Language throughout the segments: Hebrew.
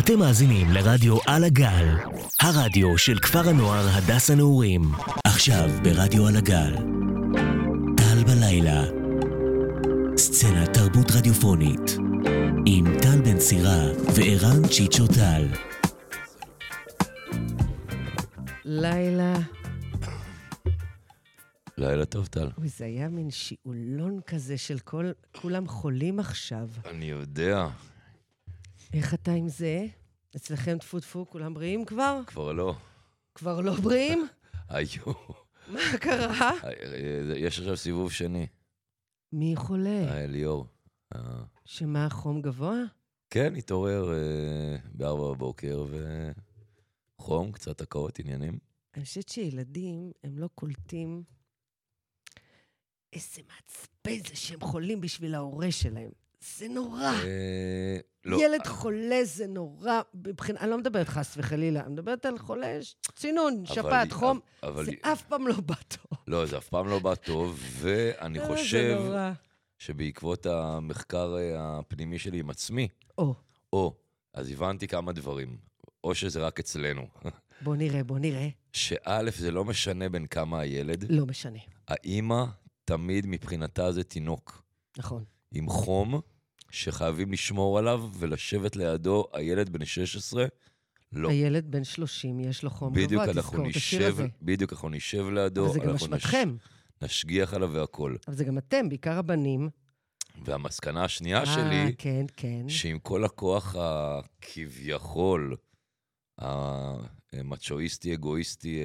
אתם מאזינים לרדיו על הגל, הרדיו של כפר הנוער הדס הנעורים. עכשיו ברדיו על הגל, טל בלילה, סצנת תרבות רדיופונית, עם טל בן סירה וערן צ'יצ'ו טל. לילה טוב, טל. זה היה מין שיעולון כזה של כולם חולים עכשיו. אני יודע. איך אתה עם זה? אצלכם טפו, כולם בריאים כבר? כבר לא. כבר לא בריאים? היו. מה קרה? יש עכשיו סיבוב שני. מי חולה? ליאור. שמה, החום גבוה? כן, התעורר ב-4 בבוקר, וחום, קצת הקאות, עניינים. אני חושבת שילדים, הם לא קולטים איזה מעצבן זה שהם חולים בשביל ההורה שלהם. זה נורא. לא. ילד חולה זה נורא. אני לא מדברת חס וחלילה, אני מדברת על חולה, צינון, שפעת, חום. זה אף פעם לא בא טוב. לא, זה אף פעם לא בא טוב, ואני חושב שבעקבות המחקר הפנימי שלי עם עצמי, אז הבנתי כמה דברים. או שזה רק אצלנו. בוא נראה. שא' זה לא משנה בין כמה הילד. לא משנה. האמא תמיד מבחינתה זה תינוק. נכון. עם חום שחייבים לשמור עליו ולשבת לידו. הילד בן 16, לא. הילד בן 30, יש לו חום גבוה, תזכור את השיר הזה. בדיוק, אנחנו נשב לידו. אבל זה גם אשמתכם. נשגיח עליו והכל. אבל זה גם אתם, בעיקר הבנים. והמסקנה השנייה שלי, כן. שעם כל הכוח הכביכול, המצ'ואיסטי, אגואיסטי,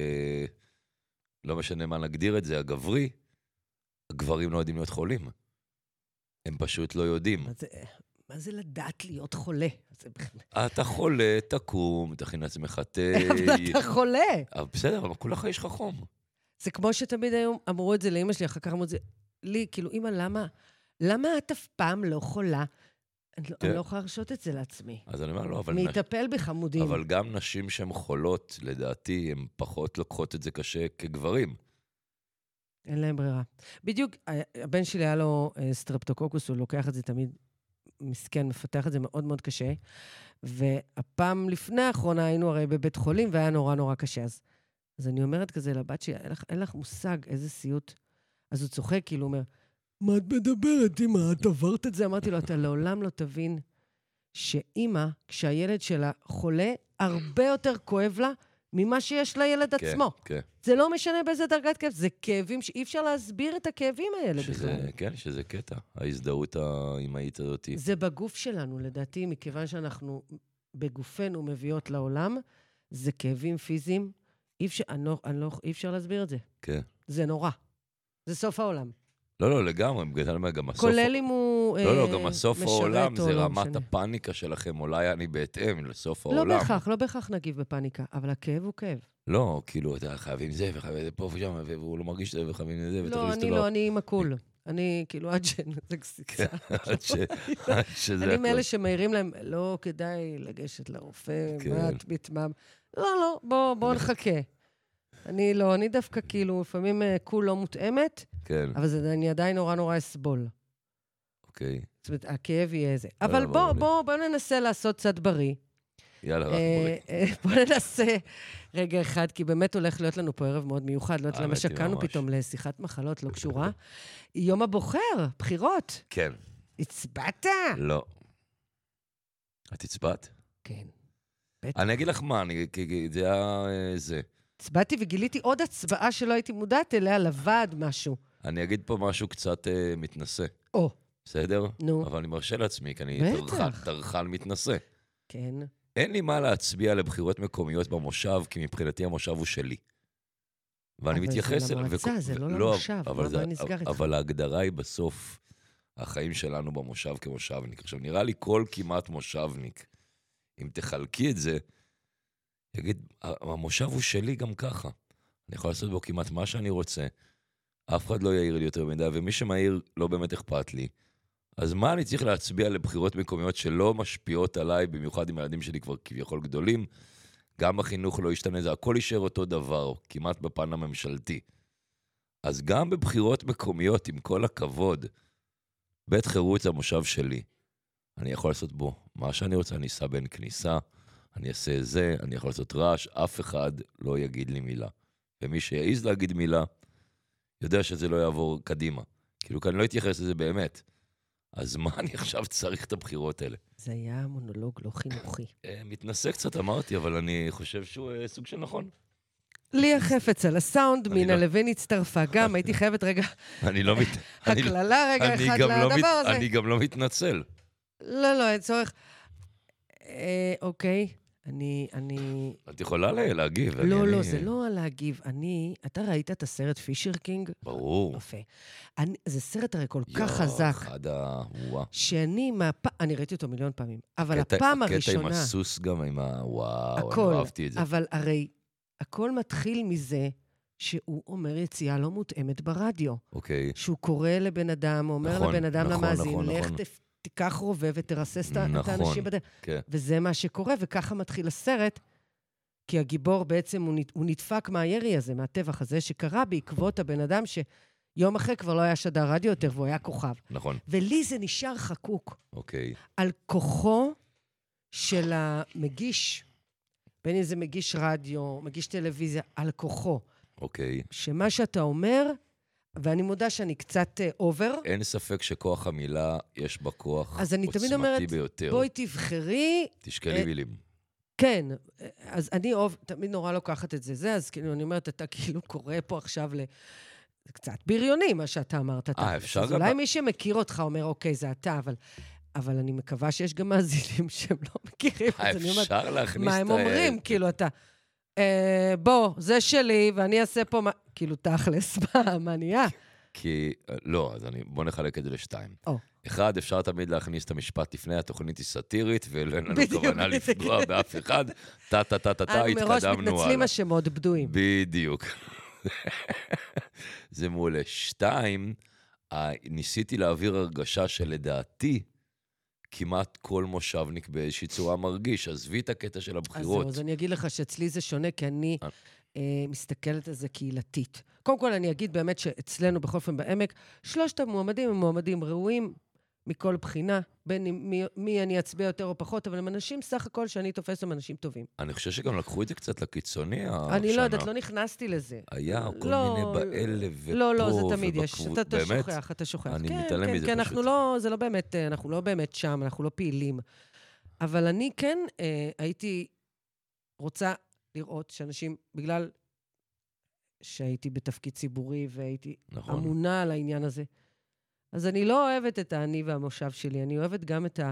לא משנה מה נגדיר את זה, הגברי, הגברים לא יודעים להיות חולים. הם פשוט לא יודעים. מה זה לדעת להיות חולה? אתה חולה, תקום, תכין לעצמך תה. אבל אתה חולה. בסדר, אבל כולך יש לך חום. זה כמו שתמיד היום אמרו את זה לאמא שלי, אחר כך אמרו את זה לי, כאילו, אמא, למה את אף פעם לא חולה? אני לא יכולה לרשות את זה לעצמי. אז אני אומר, לא, אבל... מטפל בחמודים. אבל גם נשים שהן חולות, לדעתי, הן פחות לוקחות את זה קשה כגברים. אין להם ברירה. בדיוק, הבן שלי היה לו סטרפטוקוקוס, הוא לוקח את זה תמיד מסכן, מפתח את זה מאוד מאוד קשה, והפעם לפני האחרונה היינו הרי בבית חולים, והיה נורא נורא קשה. אז אני אומרת כזה לבת שלי, אין לך מושג איזה סיוט. אז הוא צוחק, כאילו אומר, מה את מדברת, אמא? את עברת את זה? אמרתי לו, אתה לעולם לא תבין שאמא, כשהילד שלה חולה, הרבה יותר כואב לה ממה שיש לילד עצמו. כן. זה לא משנה באיזה דרגת כאב, זה כאבים שאי אפשר להסביר את הכאבים האלה בכלל. כן, שזה קטע, ההזדהות האמהית הזאת. זה בגוף שלנו, לדעתי, מכיוון שאנחנו בגופנו מביאות לעולם, זה כאבים פיזיים, אי אפשר להסביר את זה. כן. זה נורא. זה סוף העולם. לא, לגמרי, גם הסוף... כולל אם הוא גם הסוף העולם, זה רמת הפאניקה שלכם, אולי אני בהתאם לסוף העולם. לא בהכרח נגיב בפאניקה, אבל הכאב הוא כאב. לא, כאילו, אתה חייבים זה, וחייבים זה פה ושם, והוא לא מרגיש זה, וחייבים זה, לא, אני עם הכול. אני, כאילו, עד זה קסיצה. אני מאלה שמאירים להם, לא כדאי לגשת לרופא, מה את מתמם. לא, בוא נחכה. אני דווקא כאילו, לפעמים כול לא מותאמת, אבל אני עדיין נורא אסבול. אוקיי. זאת אומרת, הכאב יהיה זה. אבל בוא ננסה לעשות צד בריא. יאללה, רק בריא. בוא ננסה רגע אחד, כי באמת הולך להיות לנו פה ערב מאוד מיוחד, לא יודעת למה שקענו פתאום לשיחת מחלות לא קשורה. יום הבוחר, בחירות. כן. הצבעת? לא. את הצבעת? כן. אני אגיד לך מה, זה היה זה. הצבעתי וגיליתי עוד הצבעה שלא הייתי מודעת אליה, לבד משהו. אני אגיד פה משהו קצת מתנשא. בסדר? נו. אבל אני מרשה לעצמי, כי אני תרחן מתנשא. כן. אין לי מה להצביע לבחירות מקומיות במושב, כי מבחינתי המושב הוא שלי. ואני מתייחס... אבל זה למועצה, זה לא למושב. אבל ההגדרה היא בסוף החיים שלנו במושב כמושבניק. עכשיו, נראה לי כל כמעט מושבניק. אם תחלקי את זה, יגיד, המושב הוא שלי גם ככה. אני יכול לעשות בו כמעט מה שאני רוצה. אף אחד לא יעיר לי יותר מדי, ומי שמעיר לא באמת אכפת לי. אז מה אני צריך להצביע לבחירות מקומיות שלא משפיעות עליי, במיוחד עם הילדים שלי כבר כביכול גדולים? גם החינוך לא ישתנה, זה הכל יישאר אותו דבר, כמעט בפן הממשלתי. אז גם בבחירות מקומיות, עם כל הכבוד, בית חירות זה המושב שלי. אני יכול לעשות בו מה שאני רוצה, אני אסע בין כניסה, אני אעשה זה, אני יכול לעשות רעש, אף אחד לא יגיד לי מילה. ומי שיעז להגיד מילה, יודע שזה לא יעבור קדימה. כאילו, כי אני לא אתייחס לזה באמת. אז מה אני עכשיו צריך את הבחירות האלה? זה היה מונולוג לא חינוכי. מתנסה קצת, אמרתי, אבל אני חושב שהוא סוג של נכון. ליה חפץ על הסאונד, מינה לוין הצטרפה גם, הייתי חייבת רגע... אני לא הקללה רגע אחד לדבר הזה. אני גם לא מתנצל. לא, אין צורך. אוקיי, את יכולה להגיב. לא, זה לא להגיב. אתה ראית את הסרט פישר קינג? ברור. יפה. זה סרט הרי כל כך חזק. שאני אני ראיתי אותו מיליון פעמים, אבל הפעם הראשונה... הקטע עם הסוס גם, עם וואו, אני אהבתי את זה. אבל הרי הכל מתחיל מזה שהוא אומר יציאה לא מותאמת ברדיו. אוקיי. שהוא קורא לבן אדם, אומר לבן אדם למאזין, לך תיקח רובה ותרסס את האנשים בדרך. וזה מה שקורה, וככה מתחיל הסרט, כי הגיבור בעצם הוא נדפק מהירי הזה, מהטבח הזה, שקרה בעקבות הבן אדם שיום אחרי כבר לא היה שדר רדיו יותר, והוא היה כוכב. נכון. ולי זה נשאר חקוק. אוקיי. על כוחו של המגיש, בין אם זה מגיש רדיו, מגיש טלוויזיה, על כוחו. אוקיי. שמה שאתה אומר... ואני מודה שאני קצת אובר. אין ספק שכוח המילה יש בה כוח אז אני תמיד אומרת, בואי תבחרי. תשקלי מילים. כן, אז אני תמיד נורא לוקחת את זה, אז כאילו אני אומרת, אתה כאילו קורא פה עכשיו זה קצת בריוני מה שאתה אמרת. אפשר גם... אז אולי מי שמכיר אותך אומר, אוקיי, זה אתה, אבל אני מקווה שיש גם מאזינים שהם לא מכירים. אפשר להכניס מה הם אומרים, כאילו אתה... בוא, זה שלי, ואני אעשה פה... כאילו, תכלס, מה נהיה? כי, לא, אז בוא נחלק את זה לשתיים. אחד, אפשר תמיד להכניס את המשפט לפני, התוכנית היא סאטירית, ואין לנו כוונה לפגוע באף אחד. התקדמנו הלאה. מראש מתנצלים השמות בדויים. בדיוק. זה מעולה. שתיים, ניסיתי להעביר הרגשה שלדעתי, כמעט כל מושבניק באיזושהי צורה מרגיש, עזבי את הקטע של הבחירות. אז אני אגיד לך שאצלי זה שונה, כי אני מסתכלת על זה קהילתית. קודם כל אני אגיד באמת שאצלנו בכל פעם בעמק, 3 המועמדים הם מועמדים ראויים מכל בחינה, בין מי אני אצביע יותר או פחות, אבל הם אנשים סך הכל שאני תופס הם אנשים טובים. אני חושב שגם לקחו את זה קצת לקיצוני. אני לא יודעת, לא נכנסתי לזה. היה כל מיני באלה ופה לא, זה תמיד יש. אתה שוכח. אני מתעלם מזה פשוט. כן, זה לא באמת, אנחנו לא באמת שם, אנחנו לא פעילים. אבל אני כן הייתי רוצה לראות שאנשים, בגלל שהייתי בתפקיד ציבורי והייתי אמונה על העניין הזה, אז אני לא אוהבת את האני והמושב שלי, אני אוהבת גם את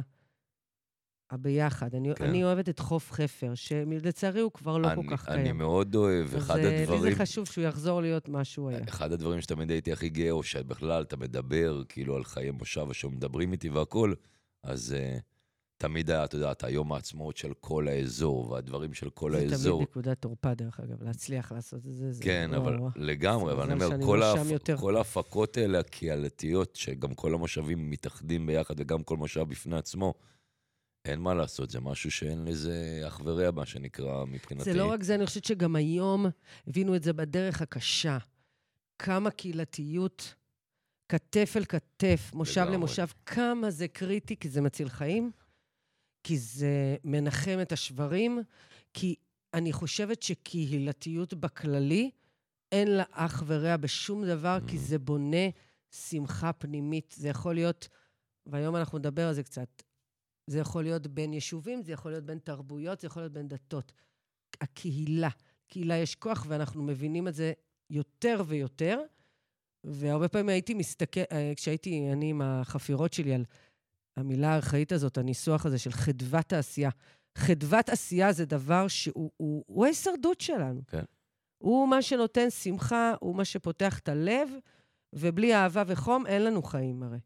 הביחד. אני אוהבת את חוף חפר, שלצערי הוא כבר לא כל כך קיים. אני מאוד אוהב, אחד הדברים... לי זה חשוב שהוא יחזור להיות מה שהוא היה. אחד הדברים שתמיד הייתי הכי גאה, או שבכלל אתה מדבר כאילו על חיי מושב, או שמדברים איתי והכל, אז תמיד היה, אתה יודע, היום העצמאות של כל האזור, והדברים של כל האזור. זה תמיד נקודת תורפה, דרך אגב, להצליח לעשות את זה. כן, אבל לגמרי, אבל אני אומר, כל ההפקות האלה הקהילתיות, שגם כל המושבים מתאחדים ביחד, וגם כל מושב בפני עצמו, אין מה לעשות, זה משהו שאין לזה אח ורע, מה שנקרא מבחינתי. זה לא רק זה, אני חושבת שגם היום הבינו את זה בדרך הקשה. כמה קהילתיות, כתף אל כתף, מושב למושב, כמה זה קריטי, כי זה מציל חיים. כי זה מנחם את השברים, כי אני חושבת שקהילתיות בכללי, אין לה אח ורע בשום דבר, כי זה בונה שמחה פנימית. זה יכול להיות, והיום אנחנו נדבר על זה קצת, זה יכול להיות בין יישובים, זה יכול להיות בין תרבויות, זה יכול להיות בין דתות. הקהילה, קהילה יש כוח, ואנחנו מבינים את זה יותר ויותר, והרבה פעמים הייתי כשהייתי אני עם החפירות שלי על המילה הארכאית הזאת, הניסוח הזה של חדוות העשייה. חדוות עשייה זה דבר שהוא ההישרדות שלנו. כן. הוא מה שנותן שמחה, הוא מה שפותח את הלב, ובלי אהבה וחום אין לנו חיים הרי.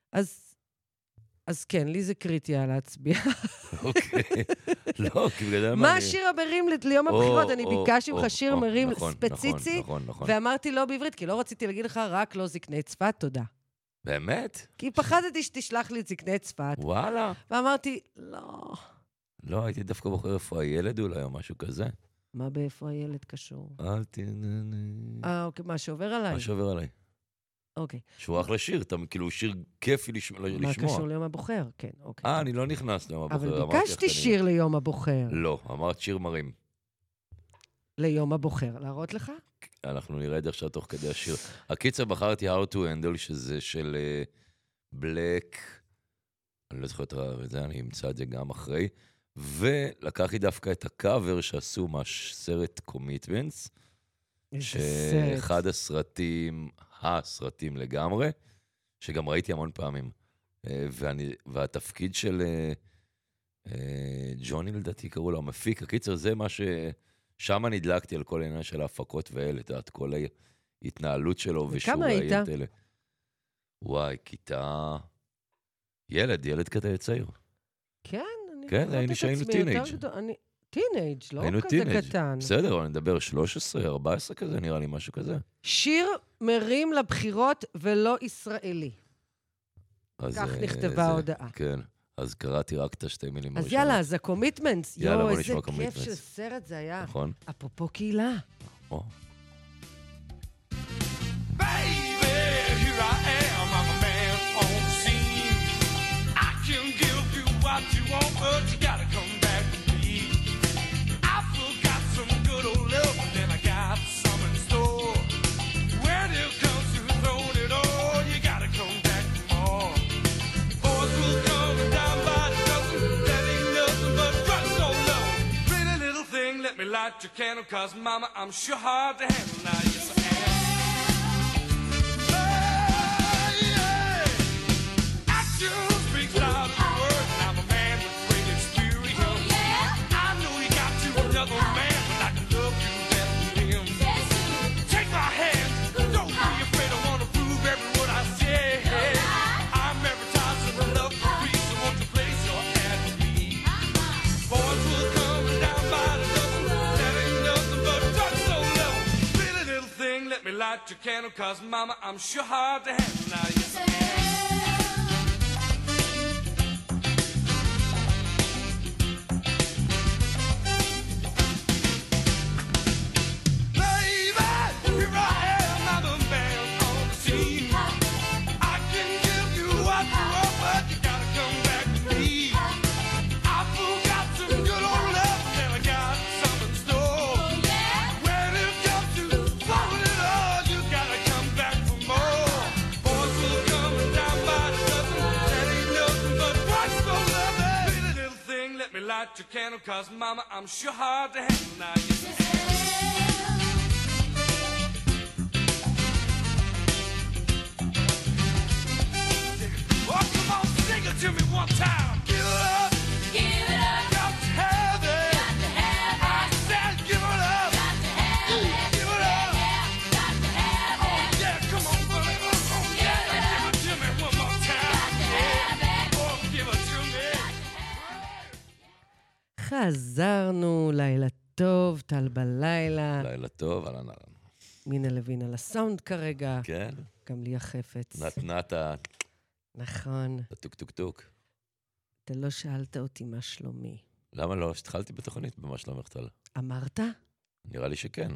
אז כן, לי זה קריטי על להצביע. אוקיי. לא, כי בגלל מה השיר המרים ליום הבחירות? אני ביקשתי ממך שיר מרים ספציצי, ואמרתי לא בעברית, כי לא רציתי להגיד לך רק לא זקני צפת, תודה. באמת? כי פחדתי שתשלח לי את זקני צפת. וואלה. ואמרתי, לא. לא, הייתי דווקא בוחר איפה הילד אולי או משהו כזה. מה באיפה הילד קשור? אל תנני. אוקיי, מה שעובר עליי? מה שעובר עליי. אוקיי. שהוא אחלה שיר, אתה כאילו שיר כיפי לשמוע. מה קשור ליום הבוחר? כן, אוקיי. אני לא נכנס ליום הבוחר. אבל אמרתי ביקשתי איך שיר ליום הבוחר. לא, אמרת שיר מרים. ליום הבוחר. להראות לך? אנחנו נראה את זה עכשיו תוך כדי השיר. הקיצר בחרתי How to Handle, שזה של בלק, אני לא זוכר את זה, אני אמצא את זה גם אחרי, ולקחתי דווקא את הקאבר שעשו מהסרט קומיטמנטס, שאחד הסרטים לגמרי, שגם ראיתי המון פעמים, והתפקיד של ג'וני לדעתי קראו לו המפיק, הקיצר זה מה שם נדלקתי על כל העניין של ההפקות ואלה, את כל ההתנהלות שלו וכמה היית? וואי, כיתה... ילד כזה צעיר. כן, כן, היינו טינאג'. טינאג', לא היינו כזה טינאג'. קטן. בסדר, אני מדבר 13, 14 כזה, נראה לי משהו כזה. שיר מרים לבחירות ולא ישראלי. כך נכתבה ההודעה. כן, אז קראתי רק את השתי מילים הראשונות. אז יאללה, אז הקומיטמנטס. יאללה, בוא נשמע קומיטמנטס. איזה כיף של סרט זה היה. נכון. אפרופו קהילה. What you want, but you gotta come back to me. I forgot some good old love, but then I got some in store. When it comes to throwing it all, you gotta come back for more. Boys will come down by the dozen, that ain't nothing but drugs on love. Pretty little thing, let me light your candle, cause mama, I'm sure hard to handle now, yes I am. Hey, yeah. Action speaks loud. Light your candle, cause mama, I'm sure hard to handle now, yes I am. Baby, here I am, I'm the man on the scene. I can give you what you want, but you gotta come back to me. I forgot some good old love, and I got some in store. When it comes to flowing it all, you gotta come back for more. Boys will come down by the dozen, that ain't nothing but what's so lovely. Pretty little thing, let me light your candle, cause mama, I'm sure hard to handle now, yes I am. Oh, come on, sing it to me one time. Give it up. Give it up. Got to have it. Got to have it. I said give it up. Got to have it. Give it up. Yeah, got to have it. Oh, yeah, come on, buddy. Oh, yeah, give it to me one more time. Got to have it. Oh, give it to me. חזרנו, לילה טוב, טל בלילה. לילה טוב, אהלן. מינה לוין על הסאונד כרגע. כן. גם לי החפץ. נתנת נכון. טוק טוק טוק. אתה לא שאלת אותי מה שלומי. למה לא? התחלתי בתוכנית במה שלומך טל. אמרת? נראה לי שכן.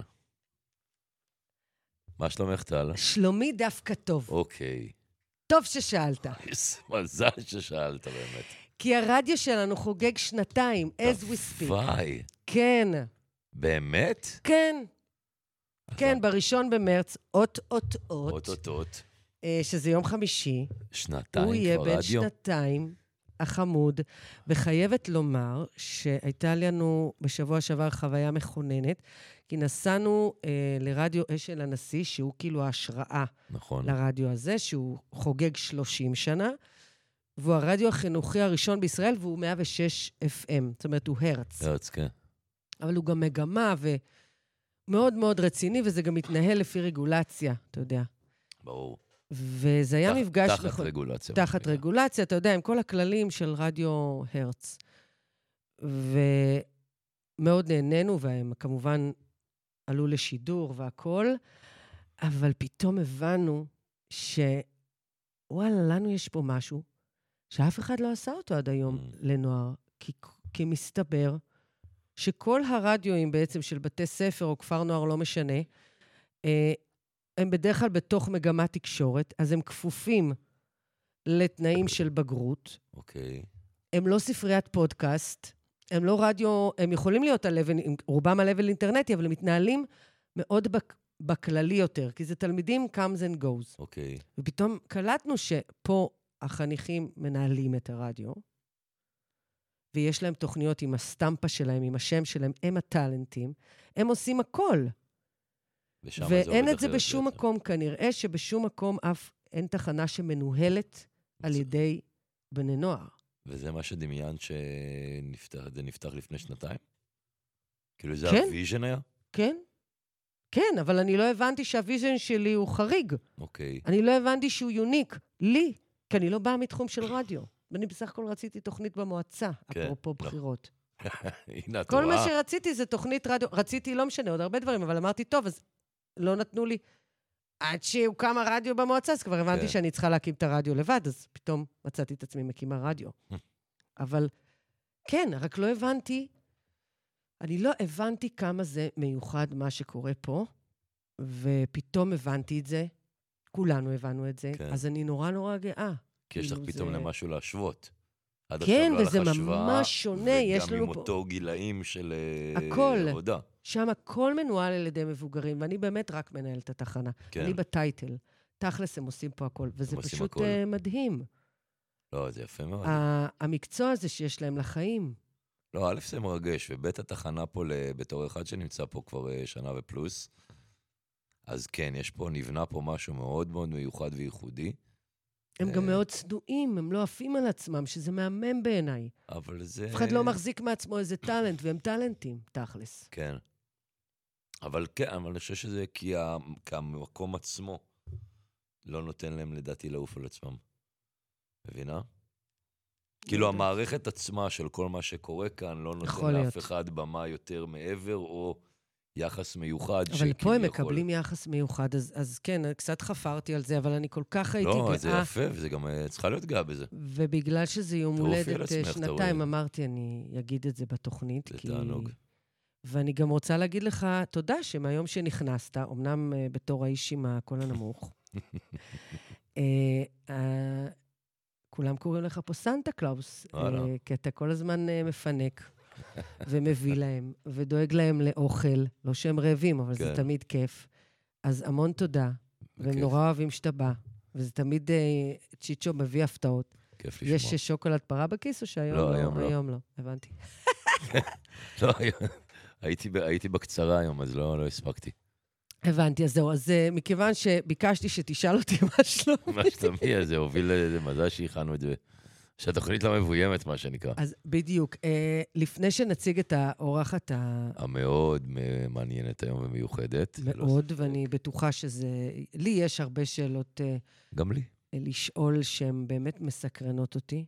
מה שלומך טל? שלומי דווקא טוב. אוקיי. טוב ששאלת. מזל ששאלת באמת. כי הרדיו שלנו חוגג שנתיים, as we speak. וואי. כן. באמת? כן. כן, בראשון במרץ, אות. שזה יום חמישי. שנתיים הוא יהיה כבר בן רדיו? שנתיים, החמוד, וחייבת לומר שהייתה לנו בשבוע שעבר חוויה מכוננת, כי נסענו לרדיו אשל הנשיא, שהוא כאילו ההשראה נכון. לרדיו הזה, שהוא חוגג 30 שנה, והוא הרדיו החינוכי הראשון בישראל, והוא 106 FM, זאת אומרת, הוא הרץ. הרץ, כן. אבל הוא גם מגמה, ומאוד מאוד רציני, וזה גם מתנהל לפי רגולציה, אתה יודע. ברור. וזה היה מפגש... תחת רגולציה. תחת רגולציה, אתה יודע, עם כל הכללים של רדיו הרץ. ומאוד נהנינו, והם כמובן עלו לשידור והכל, אבל פתאום הבנו שוואלה, לנו יש פה משהו שאף אחד לא עשה אותו עד היום לנוער, כי מסתבר שכל הרדיואים בעצם של בתי ספר או כפר נוער לא משנה, הם בדרך כלל בתוך מגמת תקשורת, אז הם כפופים לתנאים של בגרות. אוקיי. הם לא ספריית פודקאסט, הם לא רדיו, הם יכולים להיות רובם על level אינטרנטי, אבל הם מתנהלים מאוד בכללי יותר, כי זה תלמידים comes and goes. אוקיי. ופתאום קלטנו שפה החניכים מנהלים את הרדיו, ויש להם תוכניות עם הסטמפה שלהם, עם השם שלהם, הם הטלנטים, הם עושים הכל. ואין את זה בשום מקום, כנראה שבשום מקום אף אין תחנה שמנוהלת על ידי בני נוער. וזה מה שדמיינת שזה נפתח לפני שנתיים? כאילו זה כן. הוויז'ן היה? כן. כן, אבל אני לא הבנתי שהוויז'ן שלי הוא חריג. אוקיי. אני לא הבנתי שהוא יוניק לי, כי אני לא באה מתחום של רדיו. ואני בסך הכל רציתי תוכנית במועצה, כן, אפרופו לא. בחירות. הנה, את כל מה רואה. שרציתי זה תוכנית רדיו. רציתי, לא משנה, עוד הרבה דברים, אבל אמרתי, טוב, אז לא נתנו לי. עד שהוקם הרדיו במועצה, אז כבר הבנתי כן. שאני צריכה להקים את הרדיו לבד, אז פתאום מצאתי את עצמי מקימה רדיו. אבל כן, רק לא הבנתי, אני לא הבנתי כמה זה מיוחד מה שקורה פה, ופתאום הבנתי את זה, כולנו הבנו את זה, כן. אז אני נורא נורא גאה. כי יש לך כאילו פתאום זה- למשהו להשוות. עד כן, עכשיו לא וזה היה לך השוואה, ממש שונה, יש וגם לנו עם פה- אותו גילאים של הכל. עבודה. שם הכל מנוהל על ידי מבוגרים, ואני באמת רק מנהלת את התחנה. כן. אני בטייטל. תכלס הם עושים פה הכל, וזה הם עושים פשוט הכל. מדהים. לא, זה יפה מאוד. המקצוע הזה שיש להם לחיים. לא, א' זה מרגש, ובית התחנה פה בתור אחד שנמצא פה כבר שנה ופלוס, אז כן, יש פה, נבנה פה משהו מאוד מאוד מיוחד וייחודי, הם גם מאוד צנועים, הם לא עפים על עצמם, שזה מהמם בעיניי. אבל זה... אף אחד לא מחזיק מעצמו איזה טלנט, והם טלנטים, תכלס. כן. אבל כן, אבל אני חושב שזה כי המקום עצמו לא נותן להם לדעתי לעוף על עצמם. מבינה? כאילו המערכת עצמה של כל מה שקורה כאן לא יכול נותן להיות. לאף אחד במה יותר מעבר או יחס מיוחד. אבל פה הם שכביכול- מקבלים יחס מיוחד, אז כן, קצת חפרתי על זה, אבל אני כל כך הייתי לא, גאה. זה יפה, וזה גם צריכה להיות גאה בזה. ובגלל שזה יום תעופי על הולדת עצמך, אתה שנתיים, רואה. אמרתי, אני אגיד את זה בתוכנית. זה כי- תענוג. ואני גם רוצה להגיד לך תודה שמהיום שנכנסת, אמנם בתור האיש עם הקול הנמוך, כולם קוראים לך פה סנטה קלאוס, וואלה. כי אתה כל הזמן מפנק ומביא להם, ודואג להם לאוכל, לא שהם רעבים, אבל זה כן. תמיד כיף. אז המון תודה, והם בכיף. נורא אוהבים שאתה בא, וזה תמיד צ'יצ'ו מביא הפתעות. כיף לשמוע. יש שוקולד פרה בכיס או שהיום לא, לא? היום לא. היום לא, הבנתי. לא, הייתי בקצרה היום, אז לא הספקתי. הבנתי, אז זהו. אז מכיוון שביקשתי שתשאל אותי מה שלומי. מה שתמי, אז זה הוביל לזה מזל שהכנו את זה. שהתוכנית לא מבוימת, מה שנקרא. אז בדיוק, לפני שנציג את האורחת המאוד מעניינת היום ומיוחדת. המאוד, ואני בטוחה שזה... לי יש הרבה שאלות גם לי. לשאול שהן באמת מסקרנות אותי.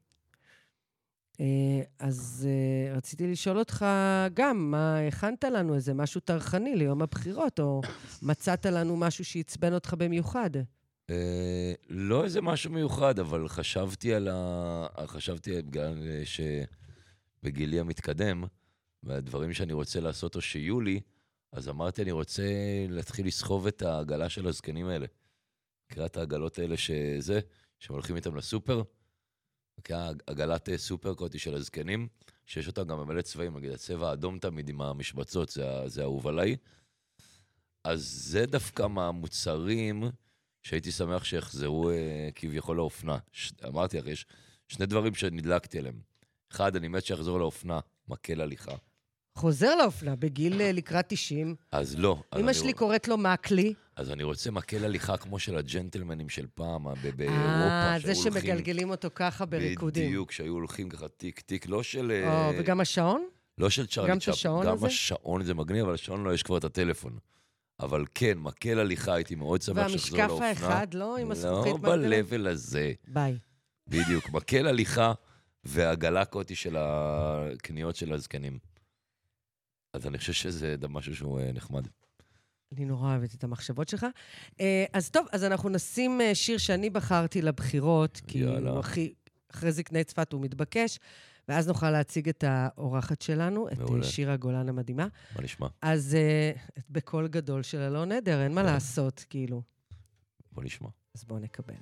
אז רציתי לשאול אותך גם, מה הכנת לנו איזה משהו טרחני ליום הבחירות, או מצאת לנו משהו שעצבן אותך במיוחד? לא איזה משהו מיוחד, אבל חשבתי בגלל שבגילי המתקדם, והדברים שאני רוצה לעשות או שיהיו לי, אז אמרתי, אני רוצה להתחיל לסחוב את העגלה של הזקנים האלה. קראת העגלות האלה שהם הולכים איתם לסופר, עגלת סופר קוטי של הזקנים, שיש אותה גם במלא צבעים, נגיד, הצבע האדום תמיד עם המשבצות, זה אהוב עליי. אז זה דווקא מהמוצרים שהייתי שמח שיחזרו כביכול לאופנה. אמרתי לך, יש שני דברים שנדלקתי עליהם. אחד, אני מת שיחזור לאופנה, מקל הליכה. חוזר לאופנה, בגיל לקראת 90. אז לא. אמא שלי קוראת לו מקלי. אז אני רוצה מקל הליכה כמו של הג'נטלמנים של פעם, באירופה, זה שמגלגלים אותו ככה בריקודים. בדיוק, שהיו הולכים ככה טיק טיק, לא של... וגם השעון? לא של צ'רלי גם את צ'פלין. השעון הזה? גם השעון זה מגניב, אבל השעון לא, יש כבר את הטלפון. אבל כן, מקל הליכה, הייתי מאוד שמח שחזור לאופנה. והמשקף האחד, לא? עם הזכוכית לא מהגלם? ב-level הזה. ביי. בדיוק, מקל הליכה והעגלה קוטי של הקניות של הזקנים. אז אני חושב שזה משהו שהוא נחמד. אני נורא אוהבת את המחשבות שלך. אז טוב, אז אנחנו נשים שיר שאני בחרתי לבחירות, כי יאללה. הוא אחרי זקני צפת הוא מתבקש, ואז נוכל להציג את האורחת שלנו, מעולה. את שירה גולן המדהימה. מה נשמע? אז בקול גדול של אלון עדר, אין מה לעשות, כאילו. בוא נשמע. אז בואו נקבל.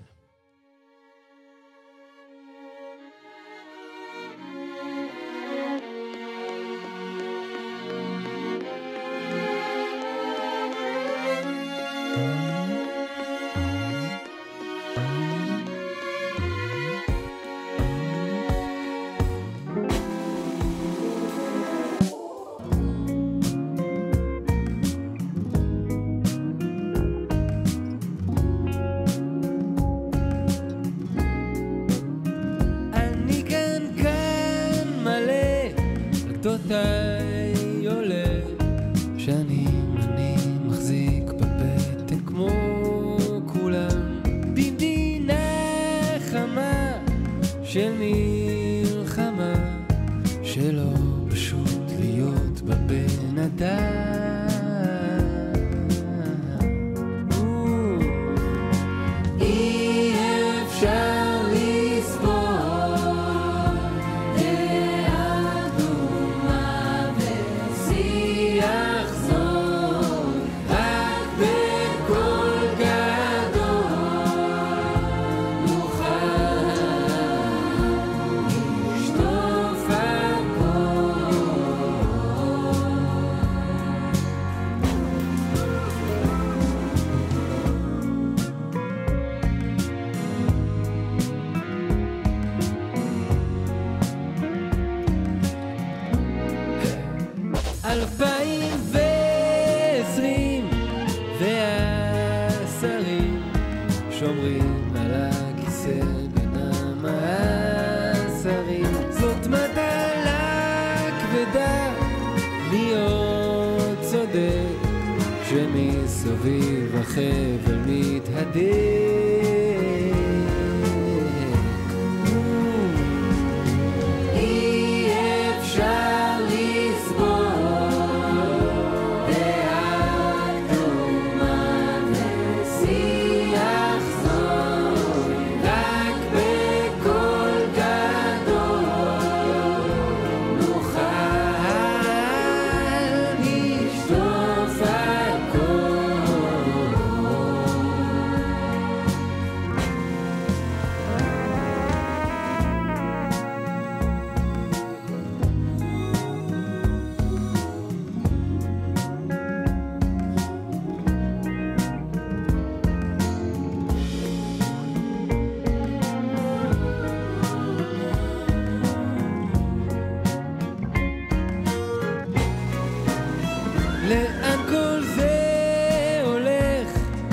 שמסביב החבל מתהדק. אי אפשר לסבול דעה קדומה ושיח זול, רק בקול גדול נוכל לשטוף לאן כל זה הולך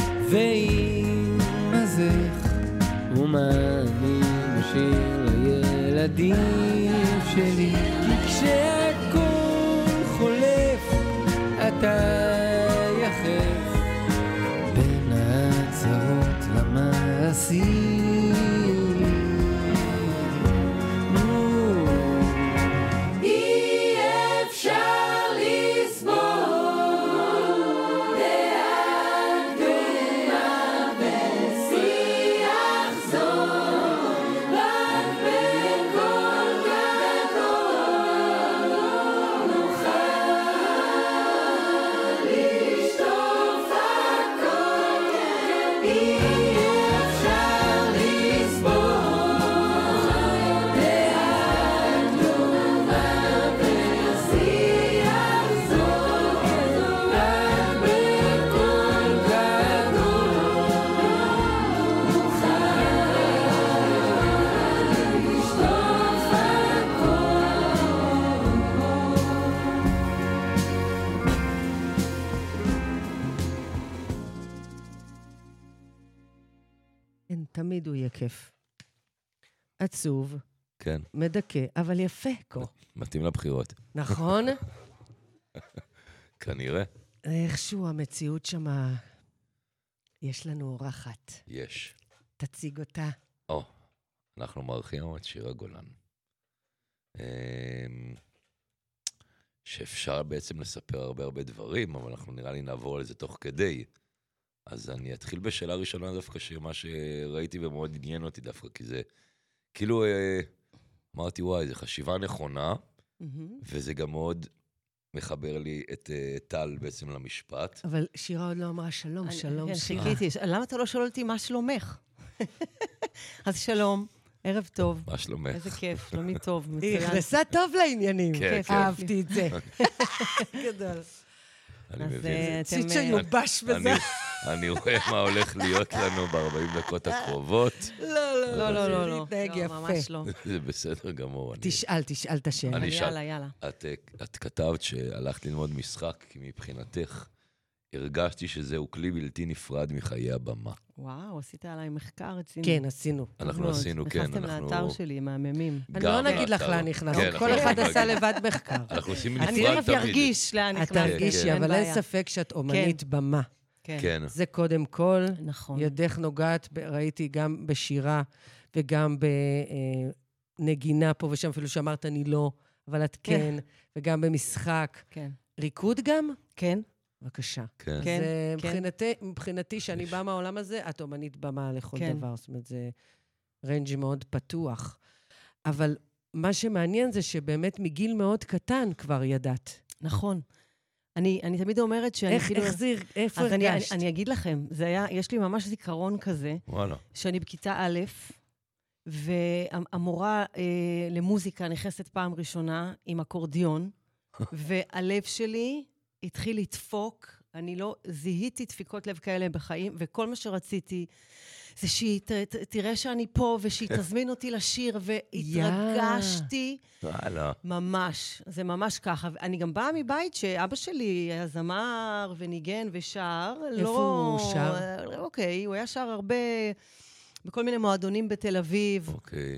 וימזך, ומה אני משאיר לילדים שלי? כי כשהכל חולף אתה יחף בין ההצהרות למעשים. תמיד הוא יהיה כיף. עצוב, כן. מדכא, אבל יפה, כה. מתאים לבחירות. נכון? כנראה. איכשהו המציאות שמה... יש לנו אורחת. יש. תציג אותה. אנחנו מארחים את שירה גולן. שאפשר בעצם לספר הרבה דברים, אבל אנחנו נראה לי נעבור על זה תוך כדי. אז אני אתחיל בשאלה ראשונה דווקא, שמה שראיתי ומאוד עניין אותי דווקא, כי זה כאילו, אמרתי וואי, זה חשיבה נכונה, וזה גם מאוד מחבר לי את טל בעצם למשפט. אבל שירה עוד לא אמרה שלום, שלום, כן, שירה. חיכיתי. למה אתה לא שואל אותי מה שלומך? אז שלום, ערב טוב. מה שלומך? איזה כיף, שלומי טוב, היא מצוין. נכנסה טוב לעניינים. כן, כן. אהבתי את זה. גדול. אני אז, מבין. אתם, ציצ'ה יובש בזה. אני רואה מה הולך להיות לנו ב-40 דקות הקרובות. לא, להתנהג יפה. ממש לא. זה בסדר גמור. תשאל את השאלה. אני אשאל. יאללה. את כתבת שהלכת ללמוד משחק, כי מבחינתך הרגשתי שזהו כלי בלתי נפרד מחיי הבמה. וואו, עשית עליי מחקר רציני. כן, עשינו. אנחנו עשינו, כן. נכנסתם לאתר שלי, מהממים. אני לא נגיד לך לאן נכנס, כן, כל אנחנו אחד לא עשה נגיד. לבד מחקר. אנחנו עושים אני נפרד תכף תמיד. ארגיש לאן את נכנסתם. תרגישי, אין אבל אין בעיה. ספק שאת אומנית במה. כן. זה קודם כל, נכון. ידך נוגעת, ראיתי גם בשירה וגם בנגינה פה ושם, אפילו שאמרת אני לא, אבל את כן, וגם במשחק. כן. ריקוד גם? כן. בבקשה. כן. כן. זה מבחינתי, שאני באה מהעולם הזה, את אומנית במה לכל כן. דבר. זאת אומרת, זה רנג' מאוד פתוח. אבל מה שמעניין זה שבאמת מגיל מאוד קטן כבר ידעת. נכון. אני תמיד אומרת שאני איך זה, איפה אז הרגשת? אני אגיד לכם, זה היה, יש לי ממש זיכרון כזה, וואלה. שאני בכיתה א', והמורה למוזיקה נכנסת פעם ראשונה עם אקורדיון, והלב שלי התחיל לדפוק, אני לא זיהיתי דפיקות לב כאלה בחיים, וכל מה שרציתי זה שהיא תראה שאני פה, ושהיא תזמין אותי לשיר, והתרגשתי. וואלה. ממש, זה ממש ככה. אני גם באה מבית שאבא שלי היה זמר וניגן ושר. איפה הוא שר? אוקיי, הוא היה שר הרבה בכל מיני מועדונים בתל אביב. אוקיי.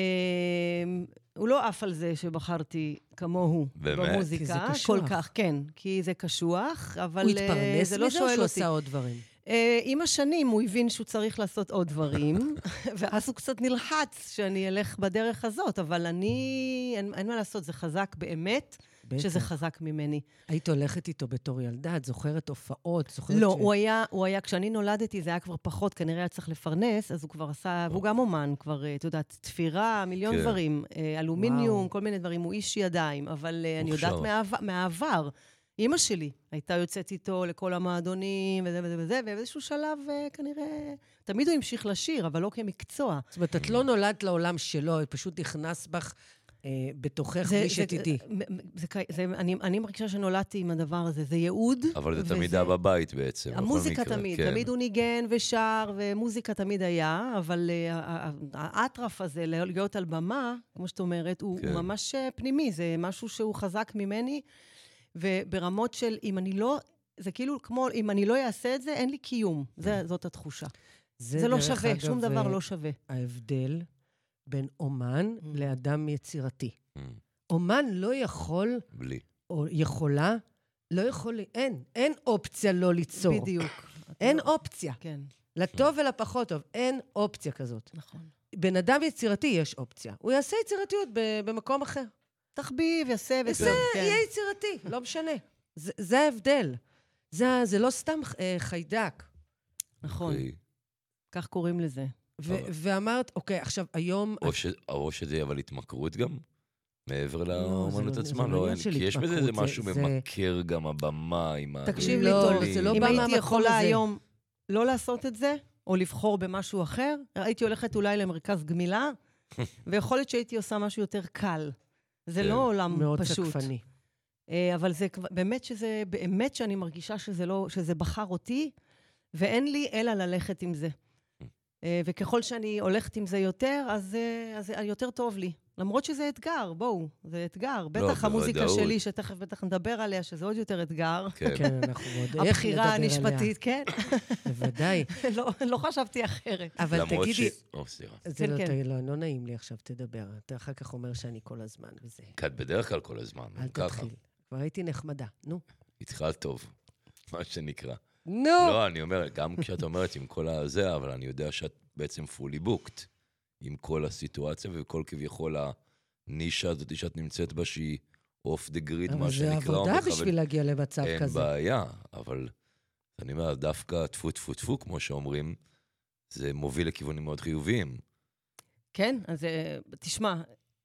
הוא לא עף על זה שבחרתי כמוהו באמת? במוזיקה. כי זה קשוח. כל כך, כן, כי זה קשוח, אבל הוא התפרנס זה לא מזה או שואל שהוא אותי. עשה עוד דברים? עם השנים הוא הבין שהוא צריך לעשות עוד דברים, ואז הוא קצת נלחץ שאני אלך בדרך הזאת, אבל אין מה לעשות, זה חזק באמת, בטח. שזה חזק ממני. היית הולכת איתו בתור ילדה, את זוכרת הופעות, זוכרת לא, הוא היה, כשאני נולדתי, זה היה כבר פחות, כנראה היה צריך לפרנס, אז הוא כבר עשה, והוא גם אומן, כבר, את יודעת, תפירה, מיליון כן. דברים, אלומיניום, וואו. כל מיני דברים, הוא איש ידיים, אבל אני מוכשר. יודעת מהעבר. אמא שלי הייתה יוצאת איתו לכל המועדונים, וזה וזה וזה, ובאיזשהו שלב כנראה, תמיד הוא המשיך לשיר, אבל לא כמקצוע. זאת אומרת, את לא נולדת לעולם שלו, את פשוט נכנס בך בתוכך בלי שתדעי. אני מרגישה שנולדתי עם הדבר הזה, זה ייעוד. אבל זה תמיד היה בבית בעצם. בכל המוזיקה מקרה, תמיד, כן. תמיד הוא ניגן ושר, ומוזיקה תמיד היה, אבל האטרף הזה, להיות על במה, כמו שאת אומרת, הוא כן. ממש פנימי, זה משהו שהוא חזק ממני, וברמות של, אם אני לא, זה כאילו כמו, אם אני לא אעשה את זה, אין לי קיום. זאת התחושה. זה לא דרך שווה, אגב, שום דבר לא שווה. ההבדל בין אומן לאדם יצירתי. Mm, אומן לא יכול, בלי. או יכולה, לא יכול, אין אופציה לא ליצור. בדיוק. אין אופציה. כן, לטוב ולפחות טוב, אין אופציה כזאת. נכון. בן אדם יצירתי יש אופציה. הוא יעשה יצירתיות במקום אחר. תחביב, יעשה וטוב. זה כן. יהיה יצירתי, לא משנה. זה ההבדל. זה לא סתם חיידק. נכון, אוקיי. כך קוראים לזה. ואמרת, אוקיי, עכשיו, היום... או שזה אבל התמכרות גם? מעבר זה לאמנות לא- עצמה? זה לא לא, עניין אין, של כי יש בזה איזה התמכרות, משהו זה- ממכר גם הבמה עם ה... תקשיב לי לא, טוב, זה לא אם בא הייתי מהמקום יכולה הזה. היום לא לעשות את זה, או לבחור במשהו אחר, הייתי הולכת אולי למרכז גמילה, ויכול להיות שהייתי עושה משהו יותר קל. זה כן. לא עולם מאוד פשוט. צקפני. אבל זה באמת שאני מרגישה שזה בחר אותי, ואין לי אלא ללכת עם זה. וככל שאני הולכת עם זה יותר, אז יותר טוב לי. למרות שזה אתגר, בואו, זה אתגר. בטח המוזיקה בוודאות. שלי, שתכף בטח נדבר עליה, שזה עוד יותר אתגר. כן. כן, אנחנו עוד איך נדבר הבחירה עליה. המשפטית, כן. בוודאי. לא חשבתי אחרת. אבל למרות תגידי... סליחה. זה כן. לא נעים לי עכשיו, תדבר. אתה אחר כך אומר שאני כל הזמן וזה. כי את בדרך כלל כל הזמן. אל ככה. תתחיל. כבר הייתי נחמדה. נו. התחלת טוב, מה שנקרא. נו! לא, אני אומר, גם כשאת אומרת עם כל הזה, אבל אני יודע שאת בעצם fully booked עם כל הסיטואציה וכל כביכול הנישה הזאת שאת נמצאת בה שהיא off the grid, אבל מה זה שנקרא. עבודה ומכוון- בשביל להגיע למצב אין כזה. בעיה, אבל אני אומר, דווקא טפו טפו טפו, כמו שאומרים, זה מוביל לכיוונים מאוד חיוביים. כן, אז תשמע,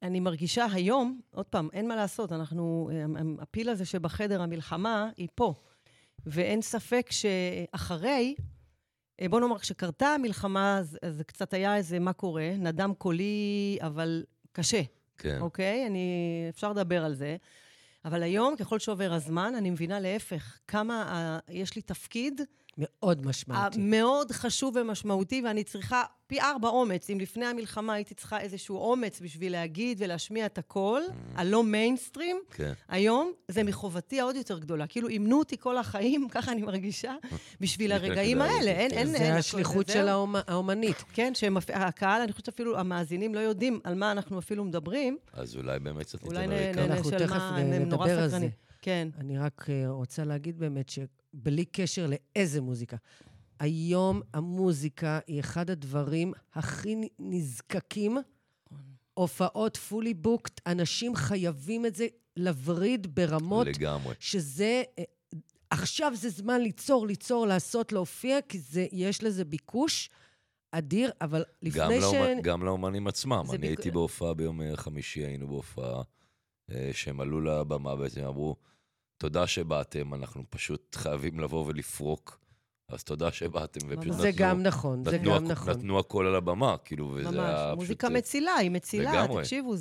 אני מרגישה היום, עוד פעם, אין מה לעשות, הפיל הזה שבחדר המלחמה היא פה. ואין ספק שאחרי, בוא נאמר, כשקרתה המלחמה, אז קצת היה איזה מה קורה, נדם קולי, אבל קשה. כן. אוקיי? אפשר לדבר על זה. אבל היום, ככל שעובר הזמן, אני מבינה להפך, כמה יש לי תפקיד מאוד משמעותי. מאוד חשוב ומשמעותי, ואני צריכה פי 4 אומץ. אם לפני המלחמה הייתי צריכה איזשהו אומץ בשביל להגיד ולהשמיע את הכל, הלא מיינסטרים, כן. היום זה מחובתי העוד יותר גדולה. כאילו, אימנו אותי כל החיים, ככה אני מרגישה, בשביל הרגעים האלה. אין, זה השליחות של האומנית. כן, שהקהל, אני חושבת אפילו, המאזינים לא יודעים על מה אנחנו אפילו מדברים. אז אולי באמת קצת אולי ניתן רקע. אנחנו תכף נדבר על זה. כן. אני רק רוצה להגיד באמת שבלי קשר לאיזה מוזיקה, היום המוזיקה היא אחד הדברים הכי נזקקים, הופעות פולי בוקט, אנשים חייבים את זה לבריד ברמות, לגמרי. שזה, עכשיו זה זמן ליצור, לעשות, להופיע, כי יש לזה ביקוש אדיר, אבל לפני גם לאומנים עצמם. אני הייתי בהופעה ביום חמישי, היינו בהופעה שהם עלו לבמה בעצם, אמרו, תודה שבאתם, אנחנו פשוט חייבים לבוא ולפרוק. אז תודה שבאתם, ופשוט זה גם נכון, זה גם נכון. נתנו הכל על הבמה, כאילו, וזה ממש, היה פשוט... מוזיקה מצילה, היא מצילה, לגמרי. תקשיבו,